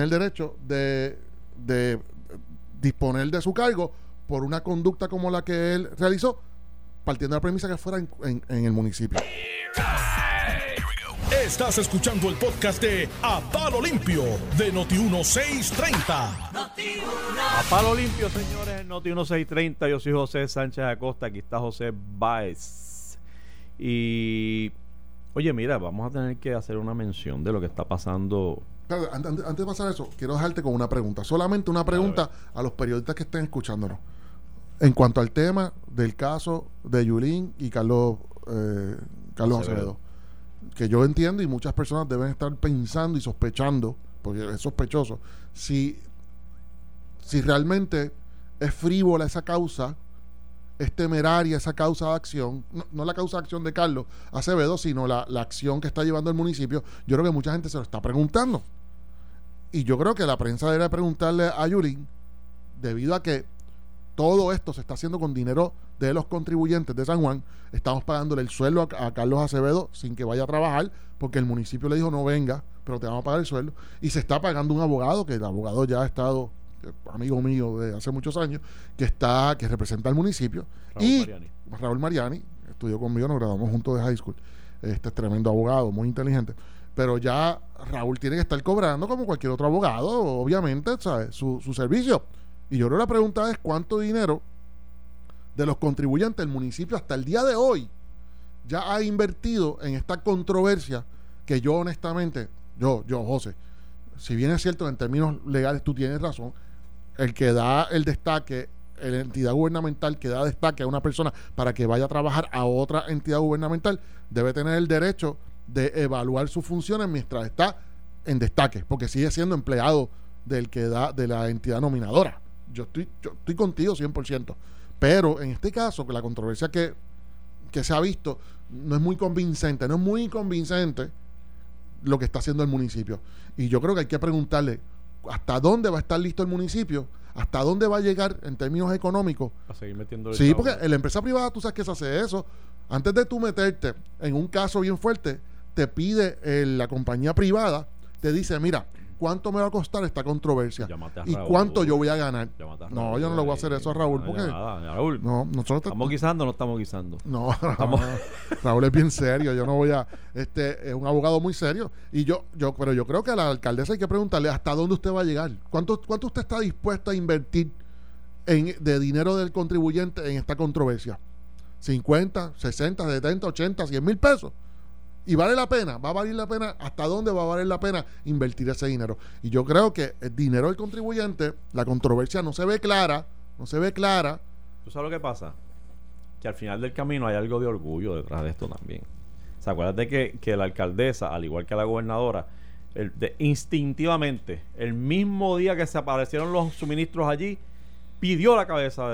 Speaker 3: de disponer de su cargo por una conducta como la que él realizó, partiendo de la premisa que fuera en el municipio.
Speaker 1: Estás escuchando el podcast de A Palo Limpio de Noti1630.
Speaker 2: A Palo Limpio, señores, en Noti1630. Yo soy José Sánchez Acosta. Aquí está José Báez. Y, oye, mira, vamos a tener que hacer una mención de lo que está pasando.
Speaker 3: Claro, antes de pasar eso, quiero dejarte con una pregunta. Solamente una pregunta a los periodistas que estén escuchándonos. En cuanto al tema del caso de Yulín y Carlos Acevedo, que yo entiendo y muchas personas deben estar pensando y sospechando, porque es sospechoso, si realmente es frívola esa causa, es temeraria esa causa de acción, no la causa de acción de Carlos Acevedo, sino la acción que está llevando el municipio. Yo creo que mucha gente se lo está preguntando. Y yo creo que la prensa debe preguntarle a Yulín, debido a que todo esto se está haciendo con dinero de los contribuyentes de San Juan. Estamos pagándole el sueldo a Carlos Acevedo sin que vaya a trabajar, porque el municipio le dijo no venga, pero te vamos a pagar el sueldo. Y se está pagando un abogado, que el abogado ya ha estado, amigo mío de hace muchos años, que representa al municipio. Raúl Mariani, estudió conmigo, nos graduamos juntos de high school. Es tremendo abogado, muy inteligente. Pero ya Raúl tiene que estar cobrando como cualquier otro abogado, obviamente, ¿sabes? Su servicio. Y yo creo que la pregunta es cuánto dinero de los contribuyentes del municipio hasta el día de hoy ya ha invertido en esta controversia que yo honestamente, José, si bien es cierto en términos legales tú tienes razón, el que da el destaque, la entidad gubernamental que da destaque a una persona para que vaya a trabajar a otra entidad gubernamental debe tener el derecho de evaluar sus funciones mientras está en destaque, porque sigue siendo empleado del que da de la entidad nominadora. Yo estoy contigo 100%, pero en este caso, que la controversia que se ha visto no es muy convincente lo que está haciendo el municipio. Y yo creo que hay que preguntarle hasta dónde va a estar listo el municipio, hasta dónde va a llegar en términos económicos.
Speaker 2: A seguir metiendo.
Speaker 3: Sí, porque en la empresa privada tú sabes que se hace eso. Antes de tú meterte en un caso bien fuerte, te pide la compañía privada, te dice, mira, cuánto me va a costar esta controversia
Speaker 2: Llámate a
Speaker 3: y
Speaker 2: Raúl.
Speaker 3: cuánto yo voy a ganar.
Speaker 2: Llámate a
Speaker 3: No,
Speaker 2: Raúl,
Speaker 3: yo no le voy a hacer eso a Raúl porque
Speaker 2: Raúl,
Speaker 3: no, nosotros
Speaker 2: ¿estamos guisando o no estamos guisando?
Speaker 3: no,
Speaker 2: Estamos-
Speaker 3: Raúl es bien serio, yo no voy a es un abogado muy serio y pero yo creo que a la alcaldesa hay que preguntarle hasta dónde usted va a llegar. ¿Cuánto usted está dispuesto a invertir de dinero del contribuyente en esta controversia? 50, 60, 70, 80, 100 mil pesos. Y vale la pena, va a valer la pena, ¿hasta dónde va a valer la pena invertir ese dinero? Y yo creo que el dinero del contribuyente, la controversia no se ve clara. ¿Tú
Speaker 2: sabes lo que pasa? Que al final del camino hay algo de orgullo detrás de esto también. ¿Se acuerdan de que la alcaldesa, al igual que la gobernadora, instintivamente, el mismo día que se aparecieron los suministros allí, pidió la cabeza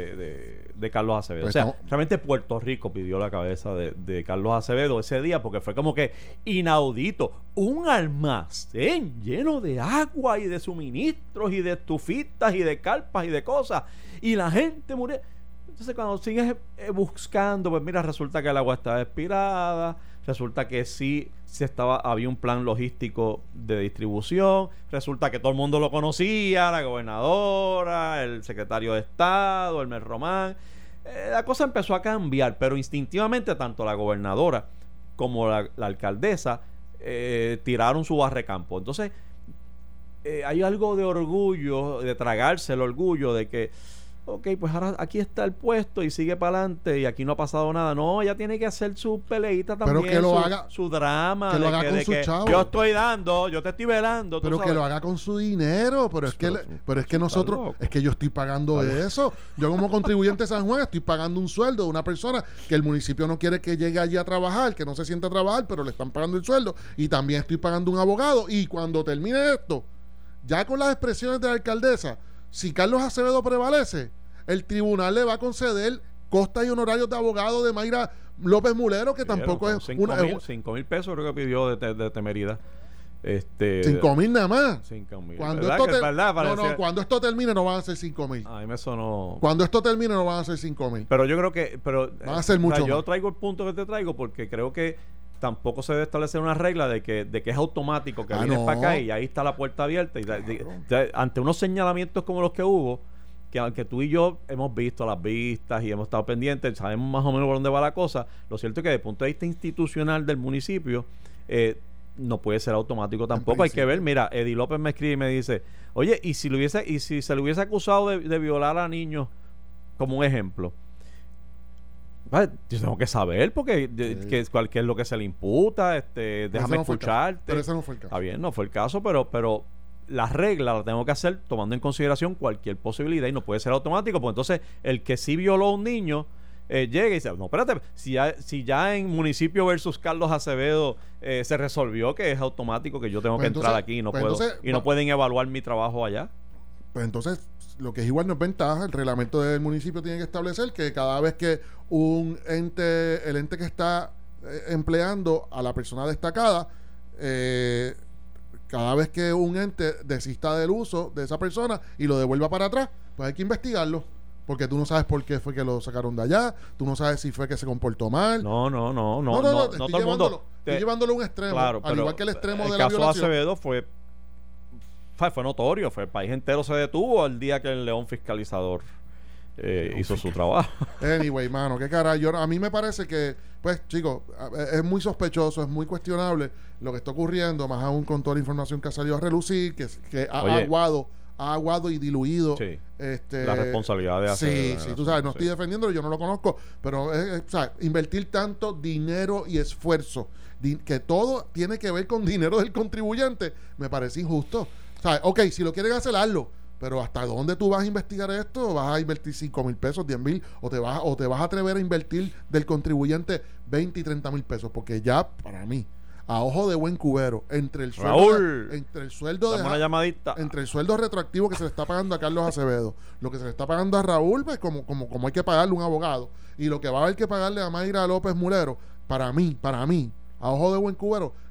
Speaker 2: de Carlos Acevedo?
Speaker 3: Pues
Speaker 2: o sea,
Speaker 3: no.
Speaker 2: realmente Puerto Rico pidió la cabeza de Carlos Acevedo ese día porque fue como que inaudito. Un almacén lleno de agua y de suministros y de estufitas y de carpas y de cosas. Y la gente murió. Entonces cuando sigues buscando, pues mira, resulta que el agua estaba expirada, resulta que sí había un plan logístico de distribución, resulta que todo el mundo lo conocía, la gobernadora, el secretario de Estado, el Mer Román. La cosa empezó a cambiar, pero instintivamente tanto la gobernadora como la alcaldesa tiraron su barrecampo. Entonces hay algo de orgullo, de tragarse el orgullo de que ok, pues ahora aquí está el puesto y sigue para adelante y aquí no ha pasado nada. No, ella tiene que hacer su peleita también,
Speaker 3: Pero que lo haga,
Speaker 2: su drama.
Speaker 3: que lo haga con sus chavos.
Speaker 2: Yo estoy dando, yo te estoy velando.
Speaker 3: Pero que lo haga con su dinero. Pero es que nosotros,
Speaker 2: loco.
Speaker 3: es que yo estoy pagando eso. Yo como contribuyente de San Juan estoy pagando un sueldo de una persona que el municipio no quiere que llegue allí a trabajar, que no se sienta a trabajar, pero le están pagando el sueldo. Y también estoy pagando un abogado. Y cuando termine esto, ya con las expresiones de la alcaldesa, si Carlos Acevedo prevalece, el tribunal le va a conceder costas y honorarios de abogado de Mayra López Mulero, que tampoco es
Speaker 2: 5 mil pesos creo que pidió de temeridad.
Speaker 3: 5,000 nada más.
Speaker 2: 5,000.
Speaker 3: Cuando
Speaker 2: Cuando
Speaker 3: esto termine no van a ser 5,000.
Speaker 2: a mí me sonó.
Speaker 3: Cuando esto termine no van a ser 5,000.
Speaker 2: Pero yo creo que
Speaker 3: Van a ser mucho
Speaker 2: yo
Speaker 3: más.
Speaker 2: traigo el punto que te traigo porque creo que tampoco se debe establecer una regla de que es automático, que vienes
Speaker 3: no.
Speaker 2: para acá y ahí está la puerta abierta. Ante unos señalamientos como los que hubo, que aunque tú y yo hemos visto las vistas y hemos estado pendientes, sabemos más o menos por dónde va la cosa, lo cierto es que desde el punto de vista institucional del municipio no puede ser automático tampoco. Hay que ver, mira, Eddie López me escribe y me dice, oye, y si se le hubiese acusado de violar a niños, como un ejemplo, vale, yo tengo que saber porque qué es lo que se le imputa, déjame escucharte.
Speaker 3: Pero ese no fue el caso.
Speaker 2: Está bien, no fue el caso, pero las reglas las tengo que hacer tomando en consideración cualquier posibilidad y no puede ser automático, porque entonces el que sí violó a un niño llega y dice, no, espérate, si ya en municipio versus Carlos Acevedo se resolvió que es automático que yo tengo que entrar aquí y no puedo, no pueden evaluar mi trabajo allá.
Speaker 3: Pues entonces, lo que es igual no es ventaja. El reglamento del municipio tiene que establecer que cada vez que el ente que está empleando a la persona destacada, cada vez que un ente desista del uso de esa persona y lo devuelva para atrás, pues hay que investigarlo. Porque tú no sabes por qué fue que lo sacaron de allá, tú no sabes si fue que se comportó mal.
Speaker 2: No
Speaker 3: Estoy
Speaker 2: todo el mundo.
Speaker 3: llevándolo a un extremo,
Speaker 2: Claro,
Speaker 3: al igual que el extremo de la
Speaker 2: caso de
Speaker 3: violación.
Speaker 2: Acevedo fue notorio, el país entero se detuvo el día que el león fiscalizador hizo su trabajo.
Speaker 3: Anyway, mano, qué cara. A mí me parece que, pues, chicos, es muy sospechoso, es muy cuestionable lo que está ocurriendo, más aún con toda la información que ha salido a relucir, que ha aguado y diluido
Speaker 2: la responsabilidad de hacer.
Speaker 3: Sí, tú sabes, no estoy defendiéndolo, yo no lo conozco, pero o sea, invertir tanto dinero y esfuerzo, que todo tiene que ver con dinero del contribuyente, me parece injusto. O sea, ok, si lo quieren hacer, hazlo. Pero ¿hasta dónde tú vas a investigar esto? ¿Vas a invertir 5,000 pesos, 10,000? ¿O te vas a atrever a invertir del contribuyente 20 y 30 mil pesos? Porque ya, para mí, a ojo de buen cubero, entre el sueldo
Speaker 2: una llamadita.
Speaker 3: entre el sueldo retroactivo que se le está pagando a Carlos Acevedo, lo que se le está pagando a Raúl, pues como hay que pagarle un abogado, y lo que va a haber que pagarle a Mayra López Mulero, para mí, a ojo de buen cubero,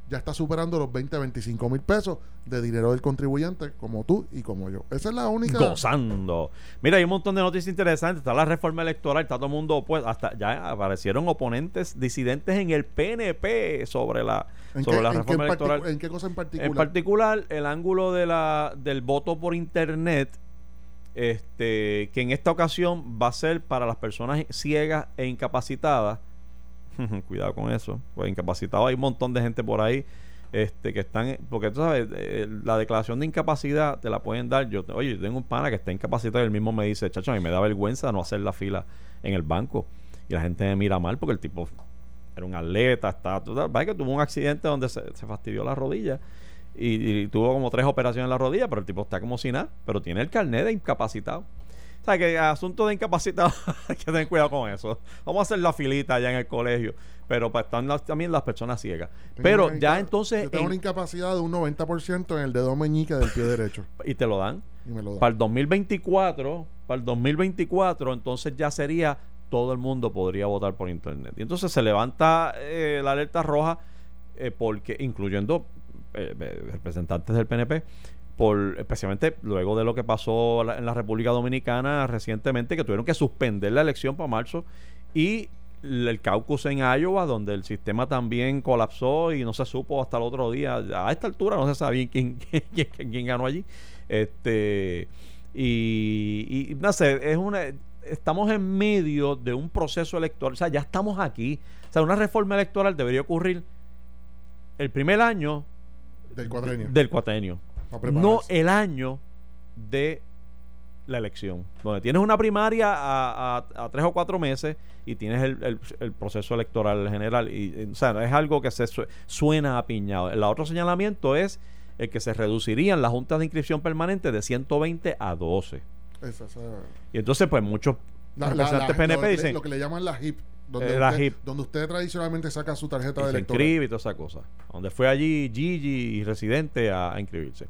Speaker 3: ya está superando los 20, 25 mil pesos de dinero del contribuyente, como tú y como yo. Esa es la única.
Speaker 2: Gozando. Mira, hay un montón de noticias interesantes. Está la reforma electoral, está todo el mundo opuesto. Hasta ya aparecieron oponentes disidentes en el PNP sobre la reforma electoral.
Speaker 3: ¿En qué cosa en particular?
Speaker 2: En particular, el ángulo del voto por internet, que en esta ocasión va a ser para las personas ciegas e incapacitadas. Cuidado con eso, pues incapacitado hay un montón de gente por ahí que están, porque tú sabes, la declaración de incapacidad te la pueden dar. Yo tengo un pana que está incapacitado y él mismo me dice, chacho, a mí me da vergüenza no hacer la fila en el banco, y la gente me mira mal porque el tipo era un atleta, que tuvo un accidente donde se fastidió la rodilla y tuvo como 3 operaciones en la rodilla, pero el tipo está como si nada, pero tiene el carnet de incapacitado. O sea, que asunto de incapacitado hay que tener cuidado con eso. Vamos a hacer la filita allá en el colegio, pero pues están también las personas ciegas. Pero ya entonces...
Speaker 3: Yo tengo una incapacidad de un 90% en el dedo meñique del pie derecho.
Speaker 2: Y te lo dan.
Speaker 3: Y me lo dan.
Speaker 2: Para el 2024, entonces ya sería... todo el mundo podría votar por internet. Y entonces se levanta la alerta roja, porque incluyendo representantes del PNP, especialmente luego de lo que pasó en la República Dominicana recientemente, que tuvieron que suspender la elección para marzo, y el caucus en Iowa, donde el sistema también colapsó y no se supo hasta el otro día. A esta altura no se sabía quién ganó allí. Y no sé, estamos en medio de un proceso electoral. O sea, ya estamos aquí. O sea, una reforma electoral debería ocurrir el primer año
Speaker 3: del cuatrenio.
Speaker 2: No el año de la elección, donde tienes una primaria a 3 o 4 meses y tienes el proceso electoral general. O sea, es algo que suena apiñado. El otro señalamiento es el que se reducirían las juntas de inscripción permanente de 120 a 12. Y entonces, pues, muchos representantes PNP dicen...
Speaker 3: Lo que le llaman la HIP. Donde usted tradicionalmente saca su tarjeta de elector.
Speaker 2: Se inscribe y toda esa cosa. Donde fue allí Gigi y Residente a inscribirse.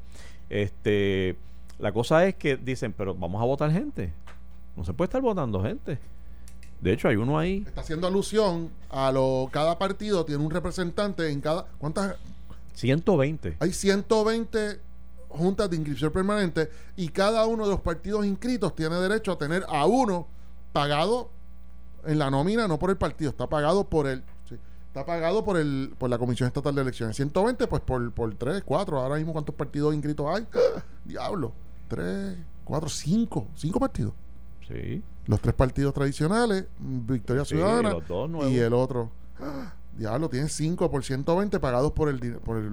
Speaker 2: La cosa es que dicen, pero vamos a votar gente. No se puede estar votando gente. De hecho, hay uno ahí.
Speaker 3: Está haciendo alusión a cada partido tiene un representante en cada... ¿Cuántas?
Speaker 2: 120.
Speaker 3: Hay 120 juntas de inscripción permanente, y cada uno de los partidos inscritos tiene derecho a tener a uno pagado en la nómina, no por el partido, está pagado por está pagado por la Comisión Estatal de Elecciones. 120 pues por 3, 4, ahora mismo ¿cuántos partidos inscritos hay? Diablo, 3, 4, 5 partidos.
Speaker 2: Sí.
Speaker 3: Los 3 partidos tradicionales, Victoria Ciudadana,
Speaker 2: los 2 nuevos.
Speaker 3: Y el otro. Diablo, tiene 5 por 120 pagados por el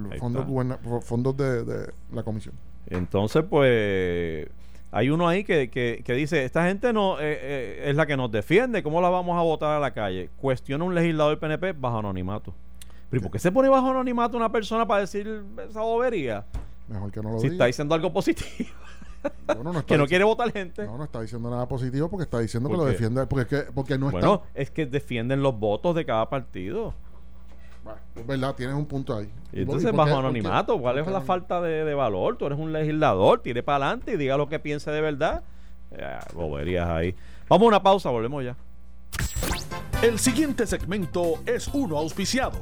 Speaker 3: fondos de la comisión.
Speaker 2: Entonces, pues, hay uno ahí que dice, esta gente no es la que nos defiende, ¿cómo la vamos a votar a la calle? Cuestiona un legislador del PNP bajo anonimato. ¿Pero por qué se pone bajo anonimato una persona para decir esa bobería?
Speaker 3: Mejor que no lo
Speaker 2: diga. Si está diciendo algo positivo. Bueno, que no quiere votar gente.
Speaker 3: No está diciendo nada positivo, porque está diciendo que lo defiende, porque no está...
Speaker 2: Bueno, es que defienden los votos de cada partido.
Speaker 3: Bueno, es verdad, tienes un punto ahí.
Speaker 2: Y entonces, bajo anonimato, ¿cuál es la falta de valor? Tú eres un legislador, tire para adelante y diga lo que piense de verdad. Boberías ahí. Vamos a una pausa, volvemos ya.
Speaker 1: El siguiente segmento es uno auspiciado.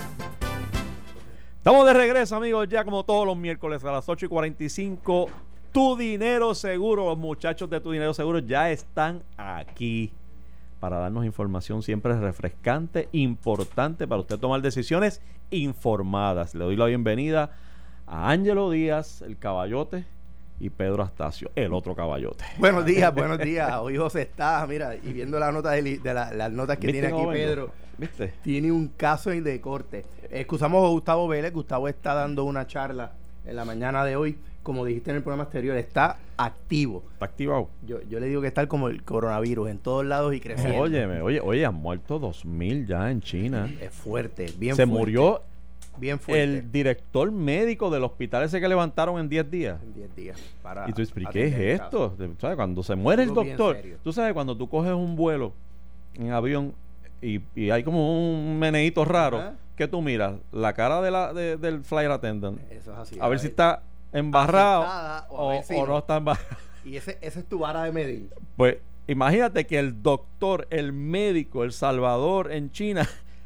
Speaker 2: Estamos de regreso, amigos, ya como todos los miércoles a las 8:45. Tu Dinero Seguro, los muchachos de Tu Dinero Seguro ya están aquí para darnos información siempre refrescante, importante para usted tomar decisiones informadas. Le doy la bienvenida a Ángelo Díaz, el caballote, y Pedro Astacio, el otro caballote.
Speaker 5: Buenos días. Hoy José está, mira, y viendo la nota las notas que tiene aquí Pedro,
Speaker 2: ¿viste?
Speaker 5: Tiene un caso de corte. Excusamos a Gustavo Vélez. Gustavo está dando una charla en la mañana de hoy. Como dijiste en el programa anterior, está activo.
Speaker 2: Está activado.
Speaker 5: Yo le digo que está como el coronavirus en todos lados y creciendo.
Speaker 2: Oye, han muerto 2,000 ya en China.
Speaker 5: Es fuerte, bien
Speaker 2: Se
Speaker 5: fuerte.
Speaker 2: murió
Speaker 5: bien fuerte.
Speaker 2: El director médico del hospital ese que levantaron en 10 días.
Speaker 5: En 10 días.
Speaker 2: Y tú expliqué, ¿qué es esto? ¿Sabes? Cuando se muere el doctor, tú sabes, cuando tú coges un vuelo en avión y hay como un meneíto raro, ¿qué tú miras? La cara del flight attendant.
Speaker 5: Eso es así.
Speaker 2: A ver si está embarrado o no está embarrado.
Speaker 5: Y ese es tu vara de medir.
Speaker 2: Pues imagínate que el doctor, el médico, el salvador en China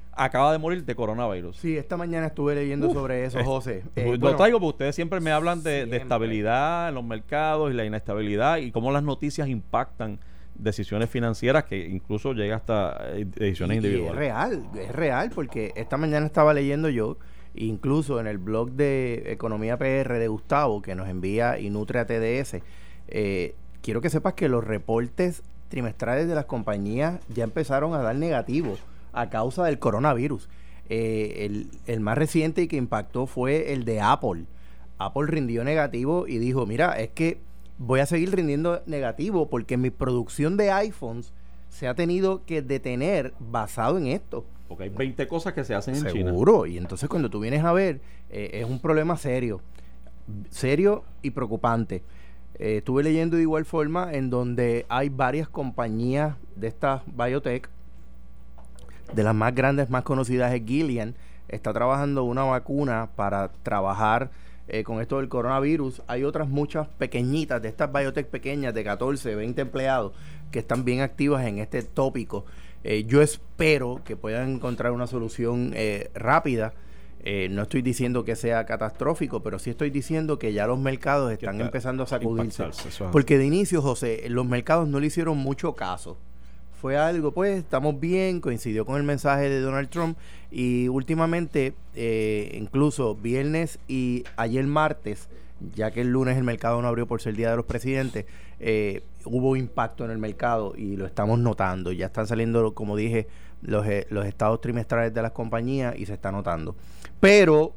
Speaker 2: acaba de morir de coronavirus.
Speaker 5: Sí, esta mañana estuve leyendo sobre eso, José.
Speaker 2: Lo
Speaker 5: Bueno,
Speaker 2: traigo porque ustedes siempre me hablan de
Speaker 5: siempre.
Speaker 2: estabilidad en los mercados y la inestabilidad y cómo las noticias impactan decisiones financieras que incluso llega hasta decisiones individuales.
Speaker 5: Es real, porque esta mañana estaba leyendo yo, incluso en el blog de Economía PR de Gustavo, que nos envía y nutre a TDS, quiero que sepas que los reportes trimestrales de las compañías ya empezaron a dar negativos a causa del coronavirus. El más reciente y que impactó fue el de Apple. Apple rindió negativo y dijo, mira, es que voy a seguir rindiendo negativo porque mi producción de iPhones se ha tenido que detener basado en esto.
Speaker 2: Porque hay 20 cosas que se hacen en China.
Speaker 5: Seguro, y entonces cuando tú vienes a ver, es un problema serio y preocupante. Estuve leyendo de igual forma en donde hay varias compañías de estas biotech. De las más grandes, más conocidas es Gilead. Está trabajando una vacuna para trabajar con esto del coronavirus. Hay otras muchas pequeñitas, de estas biotech pequeñas de 14, 20 empleados que están bien activas en este tópico. Yo espero que puedan encontrar una solución rápida. No estoy diciendo que sea catastrófico, pero sí estoy diciendo que ya los mercados están empezando a sacudirse. Porque de inicio, José, los mercados no le hicieron mucho caso. Fue algo, pues, estamos bien, coincidió con el mensaje de Donald Trump y últimamente, incluso viernes y ayer martes, ya que el lunes el mercado no abrió por ser Día de los Presidentes, hubo impacto en el mercado y lo estamos notando. Ya están saliendo, como dije, los estados trimestrales de las compañías y se está notando. Pero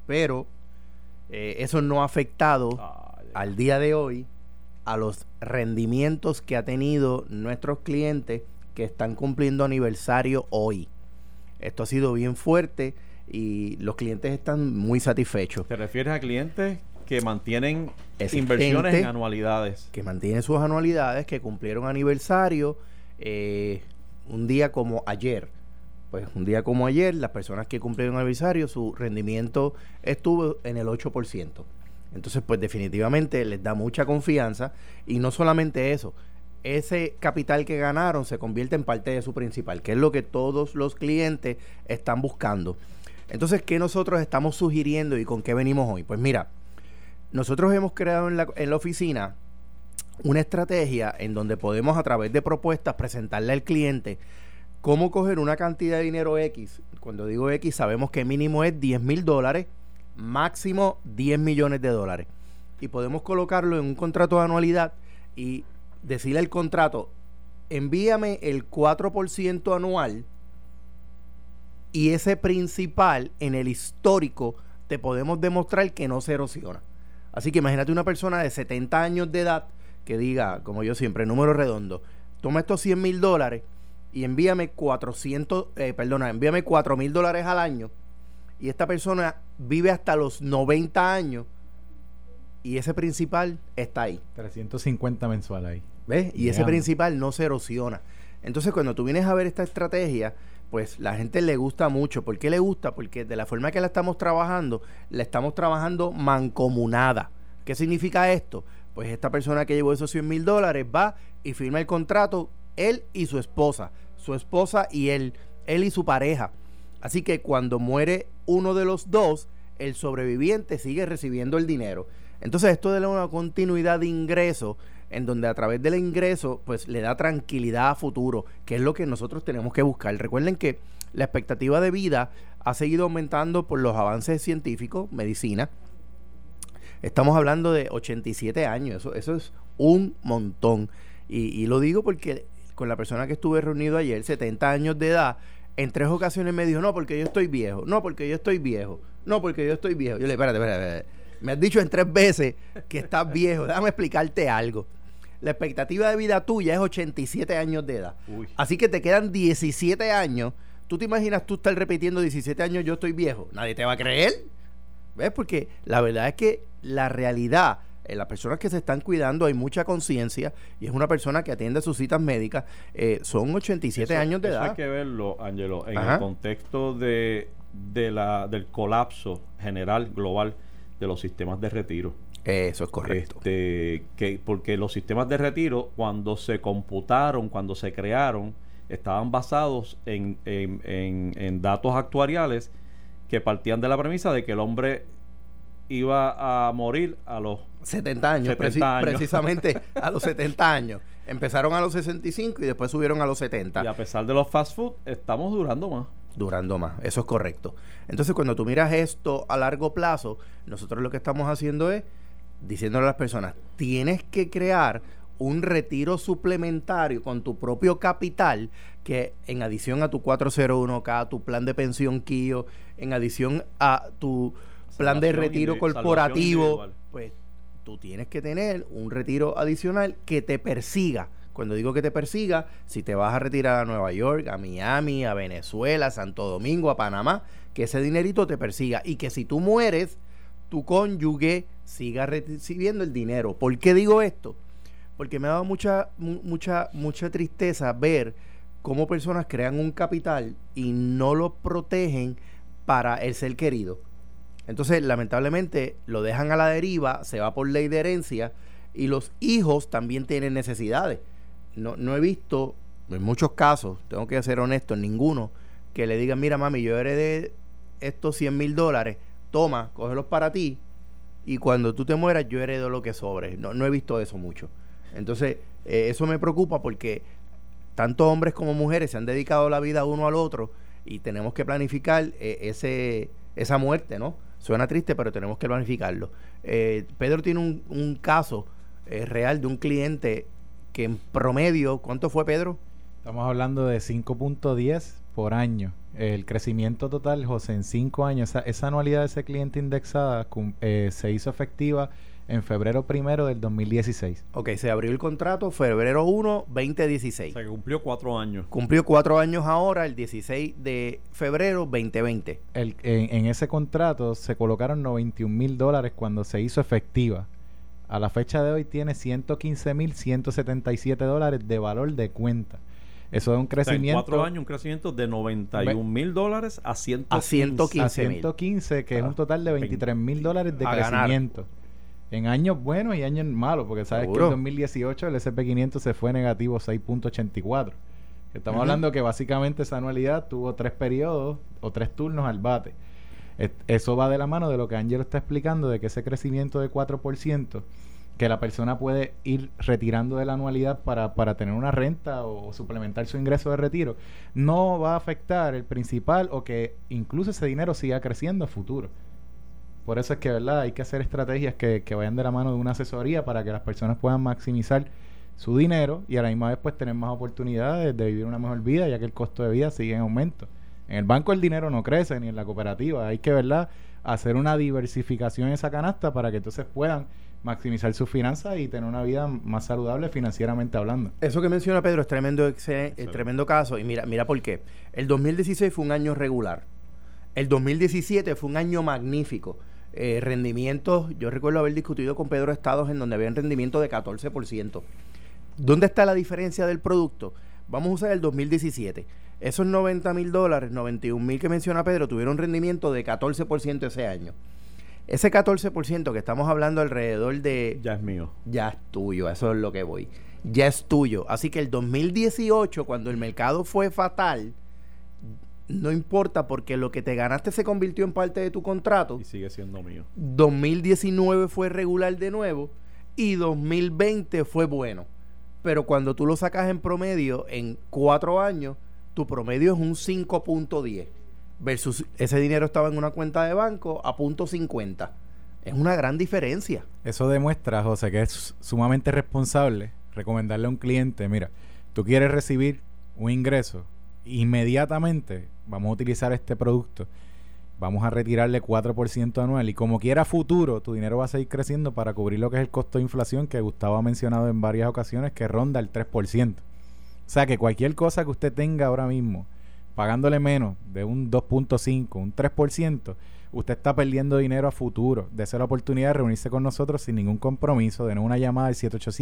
Speaker 5: eso no ha afectado al día de hoy a los rendimientos que ha tenido nuestros clientes que están cumpliendo aniversario hoy. Esto ha sido bien fuerte y los clientes están muy satisfechos.
Speaker 2: ¿Te refieres a clientes que mantienen
Speaker 5: Existente,
Speaker 2: inversiones en anualidades?
Speaker 5: Que mantienen sus anualidades, que cumplieron aniversario un día como ayer. Pues un día como ayer, las personas que cumplieron aniversario, su rendimiento estuvo en el 8%. Entonces, pues definitivamente les da mucha confianza y no solamente eso, ese capital que ganaron se convierte en parte de su principal, que es lo que todos los clientes están buscando. Entonces, ¿qué nosotros estamos sugiriendo y con qué venimos hoy? Pues mira, nosotros hemos creado en la oficina una estrategia en donde podemos a través de propuestas presentarle al cliente cómo coger una cantidad de dinero X. Cuando digo X, sabemos que mínimo es $10,000, máximo $10 millones. Y podemos colocarlo en un contrato de anualidad y decirle al contrato, envíame el 4% anual y ese principal en el histórico te podemos demostrar que no se erosiona. Así que imagínate una persona de 70 años de edad que diga, como yo siempre, número redondo, toma estos $100,000 y envíame envíame $4,000 al año, y esta persona vive hasta los 90 años y ese principal está ahí.
Speaker 6: 350 mensual ahí.
Speaker 5: ¿Ves? Y ese principal no se erosiona. Entonces, cuando tú vienes a ver esta estrategia, pues la gente le gusta mucho. ¿Por qué le gusta? Porque de la forma que la estamos trabajando mancomunada. ¿Qué significa esto? Pues esta persona que llevó esos $100,000 va y firma el contrato, él y su esposa y él y su pareja. Así que cuando muere uno de los dos, el sobreviviente sigue recibiendo el dinero. Entonces esto da una continuidad de ingreso en donde a través del ingreso pues le da tranquilidad a futuro, que es lo que nosotros tenemos que buscar. Recuerden que la expectativa de vida ha seguido aumentando por los avances científicos, medicina. Estamos hablando de 87 años, eso es un montón. Y lo digo porque con la persona que estuve reunido ayer, 70 años de edad, en 3 ocasiones me dijo, no, porque yo estoy viejo, no, porque yo estoy viejo, no, porque yo estoy viejo. Yo le dije, espérate. Me has dicho en 3 veces que estás viejo, déjame explicarte algo. La expectativa de vida tuya es 87 años de edad. Uy. Así que te quedan 17 años. ¿Tú te imaginas tú estar repitiendo 17 años, yo estoy viejo? Nadie te va a creer. ¿Ves? Porque la verdad es que la realidad, en las personas que se están cuidando hay mucha conciencia y es una persona que atiende sus citas médicas, son 87 años de edad.
Speaker 2: Hay que verlo, Ángelo, en el contexto del colapso general, global, de los sistemas de retiro.
Speaker 5: Eso es correcto.
Speaker 2: Porque los sistemas de retiro, cuando se computaron, cuando se crearon, estaban basados en datos actuariales que partían de la premisa de que el hombre iba a morir a los
Speaker 5: 70 años,
Speaker 2: 70 años.
Speaker 5: precisamente a los 70 años. Empezaron a los 65 y después subieron a los 70.
Speaker 2: Y a pesar de los fast food, estamos durando más.
Speaker 5: Durando más, eso es correcto. Entonces, cuando tú miras esto a largo plazo, nosotros lo que estamos haciendo es diciéndole a las personas, tienes que crear un retiro suplementario con tu propio capital, que en adición a tu 401k, tu plan de pensión KIO, en adición a tu plan de retiro corporativo, pues tú tienes que tener un retiro adicional que te persiga. Cuando digo que te persiga, si te vas a retirar a Nueva York, a Miami, a Venezuela, a Santo Domingo, a Panamá, que ese dinerito te persiga y que si tú mueres, tu cónyuge siga recibiendo el dinero. ¿Por qué digo esto? Porque me ha dado mucha tristeza ver cómo personas crean un capital y no lo protegen para el ser querido. Entonces, lamentablemente, lo dejan a la deriva, se va por ley de herencia y los hijos también tienen necesidades. No he visto, en muchos casos, tengo que ser honesto, en ninguno, que le digan, mira mami, yo heredé estos $100,000, toma, cógelos para ti, y cuando tú te mueras yo heredo lo que sobre. No he visto eso mucho. Entonces, eso me preocupa porque tanto hombres como mujeres se han dedicado la vida uno al otro y tenemos que planificar esa muerte, ¿no? Suena triste, pero tenemos que planificarlo. Pedro tiene un caso real de un cliente que en promedio, ¿cuánto fue, Pedro?
Speaker 6: Estamos hablando de 5.10 por año. El crecimiento total, José, en 5 años, esa anualidad de ese cliente indexada se hizo efectiva en febrero 1 del 2016.
Speaker 5: Ok, se abrió el contrato febrero 1, 2016.
Speaker 2: O sea, que cumplió 4 años.
Speaker 5: Cumplió 4 años ahora, el 16 de febrero 2020.
Speaker 6: En ese contrato se colocaron $91,000 cuando se hizo efectiva. A la fecha de hoy tiene $115,177 de valor de cuenta. Eso es un crecimiento.
Speaker 2: O sea, en 4 años, un crecimiento de $91,000 a 115.
Speaker 6: A 115, que es un total de $23,000 de
Speaker 5: a
Speaker 6: crecimiento. En años buenos y años malos, porque sabes
Speaker 5: ¿Seguro?
Speaker 6: que en 2018 el S&P500 se fue negativo 6.84. Estamos hablando que básicamente esa anualidad tuvo 3 periodos o 3 turnos al bate. Eso va de la mano de lo que Ángelo está explicando, de que ese crecimiento de 4%, que la persona puede ir retirando de la anualidad para tener una renta o suplementar su ingreso de retiro, no va a afectar el principal o que incluso ese dinero siga creciendo a futuro. Por eso es que, ¿verdad?, hay que hacer estrategias que vayan de la mano de una asesoría para que las personas puedan maximizar su dinero y a la misma vez pues tener más oportunidades de vivir una mejor vida, ya que el costo de vida sigue en aumento. En el banco el dinero no crece, ni en la cooperativa. Hay que, ¿verdad?, hacer una diversificación en esa canasta para que entonces puedan maximizar sus finanzas y tener una vida más saludable financieramente hablando.
Speaker 5: Eso que menciona Pedro es tremendo caso. Y mira por qué. El 2016 fue un año regular. El 2017 fue un año magnífico. Rendimientos, yo recuerdo haber discutido con Pedro estados en donde había un rendimiento de 14%. ¿Dónde está la diferencia del producto? Vamos a usar el 2017. Esos $90,000, $91,000 que menciona Pedro, tuvieron un rendimiento de 14% ese año. Ese 14% que estamos hablando alrededor de...
Speaker 2: Ya es mío.
Speaker 5: Ya es tuyo, eso es lo que voy. Ya es tuyo. Así que el 2018, cuando el mercado fue fatal, no importa porque lo que te ganaste se convirtió en parte de tu contrato.
Speaker 2: Y sigue siendo mío.
Speaker 5: 2019 fue regular de nuevo y 2020 fue bueno. Pero cuando tú lo sacas en promedio en 4 años, tu promedio es un 5.10 versus ese dinero estaba en una cuenta de banco a 0.50. Es una gran diferencia.
Speaker 6: Eso demuestra, José, que es sumamente responsable recomendarle a un cliente, mira, tú quieres recibir un ingreso, inmediatamente vamos a utilizar este producto, vamos a retirarle 4% anual y como quiera futuro, tu dinero va a seguir creciendo para cubrir lo que es el costo de inflación que Gustavo ha mencionado en varias ocasiones, que ronda el 3%. O sea que cualquier cosa que usted tenga ahora mismo, pagándole menos de un 2.5, un 3%, usted está perdiendo dinero a futuro. Dese la oportunidad de reunirse con nosotros sin ningún compromiso. Denos una llamada al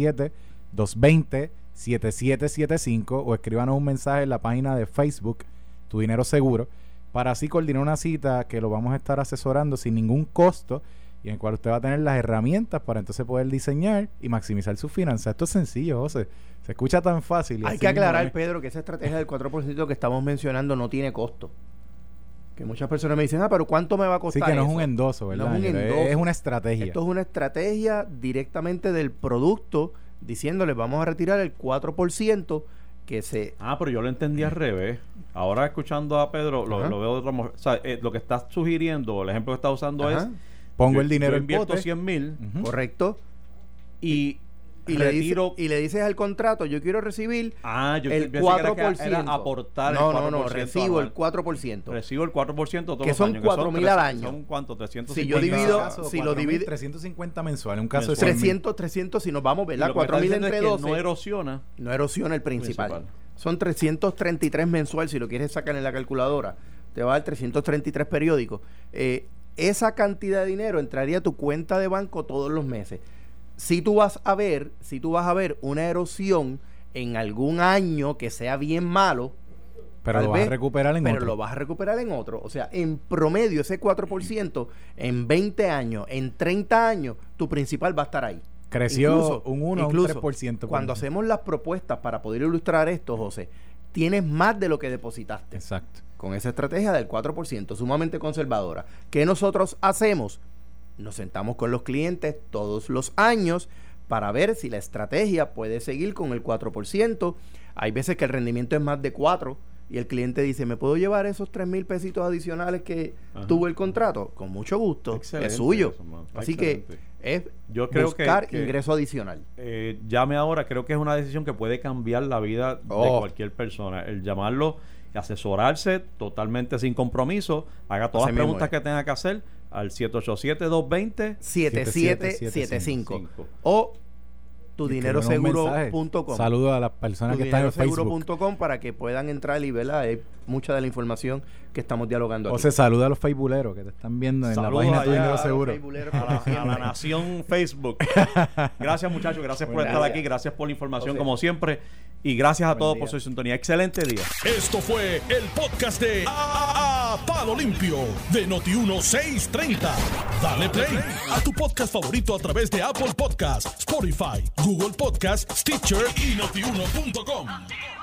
Speaker 6: 787-220-7775 o escríbanos un mensaje en la página de Facebook Tu Dinero Seguro, para así coordinar una cita que lo vamos a estar asesorando sin ningún costo y en el cual usted va a tener las herramientas para entonces poder diseñar y maximizar sus finanzas. Esto es sencillo, José. Se escucha tan fácil. Y
Speaker 5: Hay
Speaker 6: así
Speaker 5: que
Speaker 6: mismo
Speaker 5: aclarar,
Speaker 6: es.
Speaker 5: Pedro, que esa estrategia del 4% que estamos mencionando no tiene costo. Que muchas personas me dicen, pero ¿cuánto me va a
Speaker 6: Sí,
Speaker 5: costar
Speaker 6: que no es
Speaker 5: eso?
Speaker 6: un endoso, ¿verdad?
Speaker 5: No es un
Speaker 6: Ángel?
Speaker 5: endoso.
Speaker 6: Es una estrategia.
Speaker 5: Esto es una estrategia directamente del producto diciéndole vamos a retirar el 4% que se...
Speaker 2: Pero yo lo entendí al revés. Ahora escuchando a Pedro, lo veo de otra manera. O sea, lo que estás sugiriendo, el ejemplo que estás usando
Speaker 5: Ajá.
Speaker 2: es...
Speaker 6: Pongo el dinero
Speaker 2: yo
Speaker 6: en
Speaker 2: invierto
Speaker 6: pote.
Speaker 2: 100,000
Speaker 6: Ujú.
Speaker 5: Correcto.
Speaker 2: y
Speaker 5: Y
Speaker 2: retiro...
Speaker 5: le dices al contrato, yo quiero recibir
Speaker 2: yo
Speaker 5: el
Speaker 2: pensé que era
Speaker 5: 4%.
Speaker 2: era aportar el
Speaker 5: no,
Speaker 2: 4%
Speaker 5: no, recibo
Speaker 2: anual.
Speaker 5: el 4%.
Speaker 2: Recibo el 4% todos
Speaker 5: Que
Speaker 2: los
Speaker 5: son
Speaker 2: años.
Speaker 5: 4,000 al año.
Speaker 2: ¿Son cuánto? 350.
Speaker 5: Si yo divido- si lo divide-
Speaker 6: 350 mensuales, un caso de
Speaker 2: Mensual.
Speaker 5: 300, si nos vamos,
Speaker 2: Y
Speaker 5: ¿verdad?
Speaker 2: lo que me está
Speaker 5: 4,000
Speaker 2: diciendo
Speaker 5: entre
Speaker 2: es que
Speaker 5: 12.
Speaker 2: no erosiona.
Speaker 5: No erosiona el principal.
Speaker 2: Principal.
Speaker 5: Son 333 mensual, si lo quieres sacar en la calculadora. Te va a dar 333 periódicos. Esa cantidad de dinero entraría a tu cuenta de banco todos los meses. Si tú vas a ver una erosión en algún año que sea bien malo,
Speaker 6: Pero
Speaker 5: tal
Speaker 6: lo vas a
Speaker 5: vez,
Speaker 6: recuperar en
Speaker 5: pero
Speaker 6: otro.
Speaker 5: lo vas a recuperar en otro. O sea, en promedio, ese 4%, en 20 años, en 30 años, tu principal va a estar ahí.
Speaker 6: Creció un 1 a un 3%. por
Speaker 5: Cuando
Speaker 6: ejemplo.
Speaker 5: hacemos las propuestas para poder ilustrar esto, José, tienes más de lo que depositaste.
Speaker 6: Exacto.
Speaker 5: Con esa estrategia del 4%, sumamente conservadora. ¿Qué nosotros hacemos? Nos sentamos con los clientes todos los años para ver si la estrategia puede seguir con el 4%. Hay veces que el rendimiento es más de 4 y el cliente dice, ¿me puedo llevar esos 3,000 pesitos adicionales que tuvo el contrato? Con mucho gusto.
Speaker 2: Excelente
Speaker 5: es suyo.
Speaker 2: eso, man.
Speaker 5: Así
Speaker 2: Excelente.
Speaker 5: que es
Speaker 2: Yo creo
Speaker 5: buscar
Speaker 2: que
Speaker 5: ingreso adicional.
Speaker 2: Llame ahora, creo que es una decisión que puede cambiar la vida de cualquier persona. El llamarlo, asesorarse totalmente sin compromiso, haga todas
Speaker 5: Así
Speaker 2: las
Speaker 5: mismo
Speaker 2: preguntas
Speaker 5: es.
Speaker 2: que tenga que hacer al 787-220.
Speaker 5: 7775 o tudineroseguro.com.
Speaker 6: Saludos a las personas que están en Facebook.
Speaker 5: tudineroseguro.com para que puedan entrar y ver mucha de la información que estamos dialogando
Speaker 6: O
Speaker 5: aquí.
Speaker 6: se saluda a los facebooleros que te están viendo en
Speaker 2: Saludos
Speaker 6: la página de Tu
Speaker 2: allá
Speaker 6: Dinero
Speaker 2: a los
Speaker 6: Seguro.
Speaker 2: A la nación Facebook. Gracias, muchachos. Gracias por estar aquí. Gracias por la información, como siempre. Y gracias a todos por su sintonía. Excelente día.
Speaker 1: Esto fue el podcast de A Palo Limpio de Noti1630. Dale play a tu podcast favorito a través de Apple Podcasts, Spotify, Google Podcasts, Stitcher y Notiuno.com.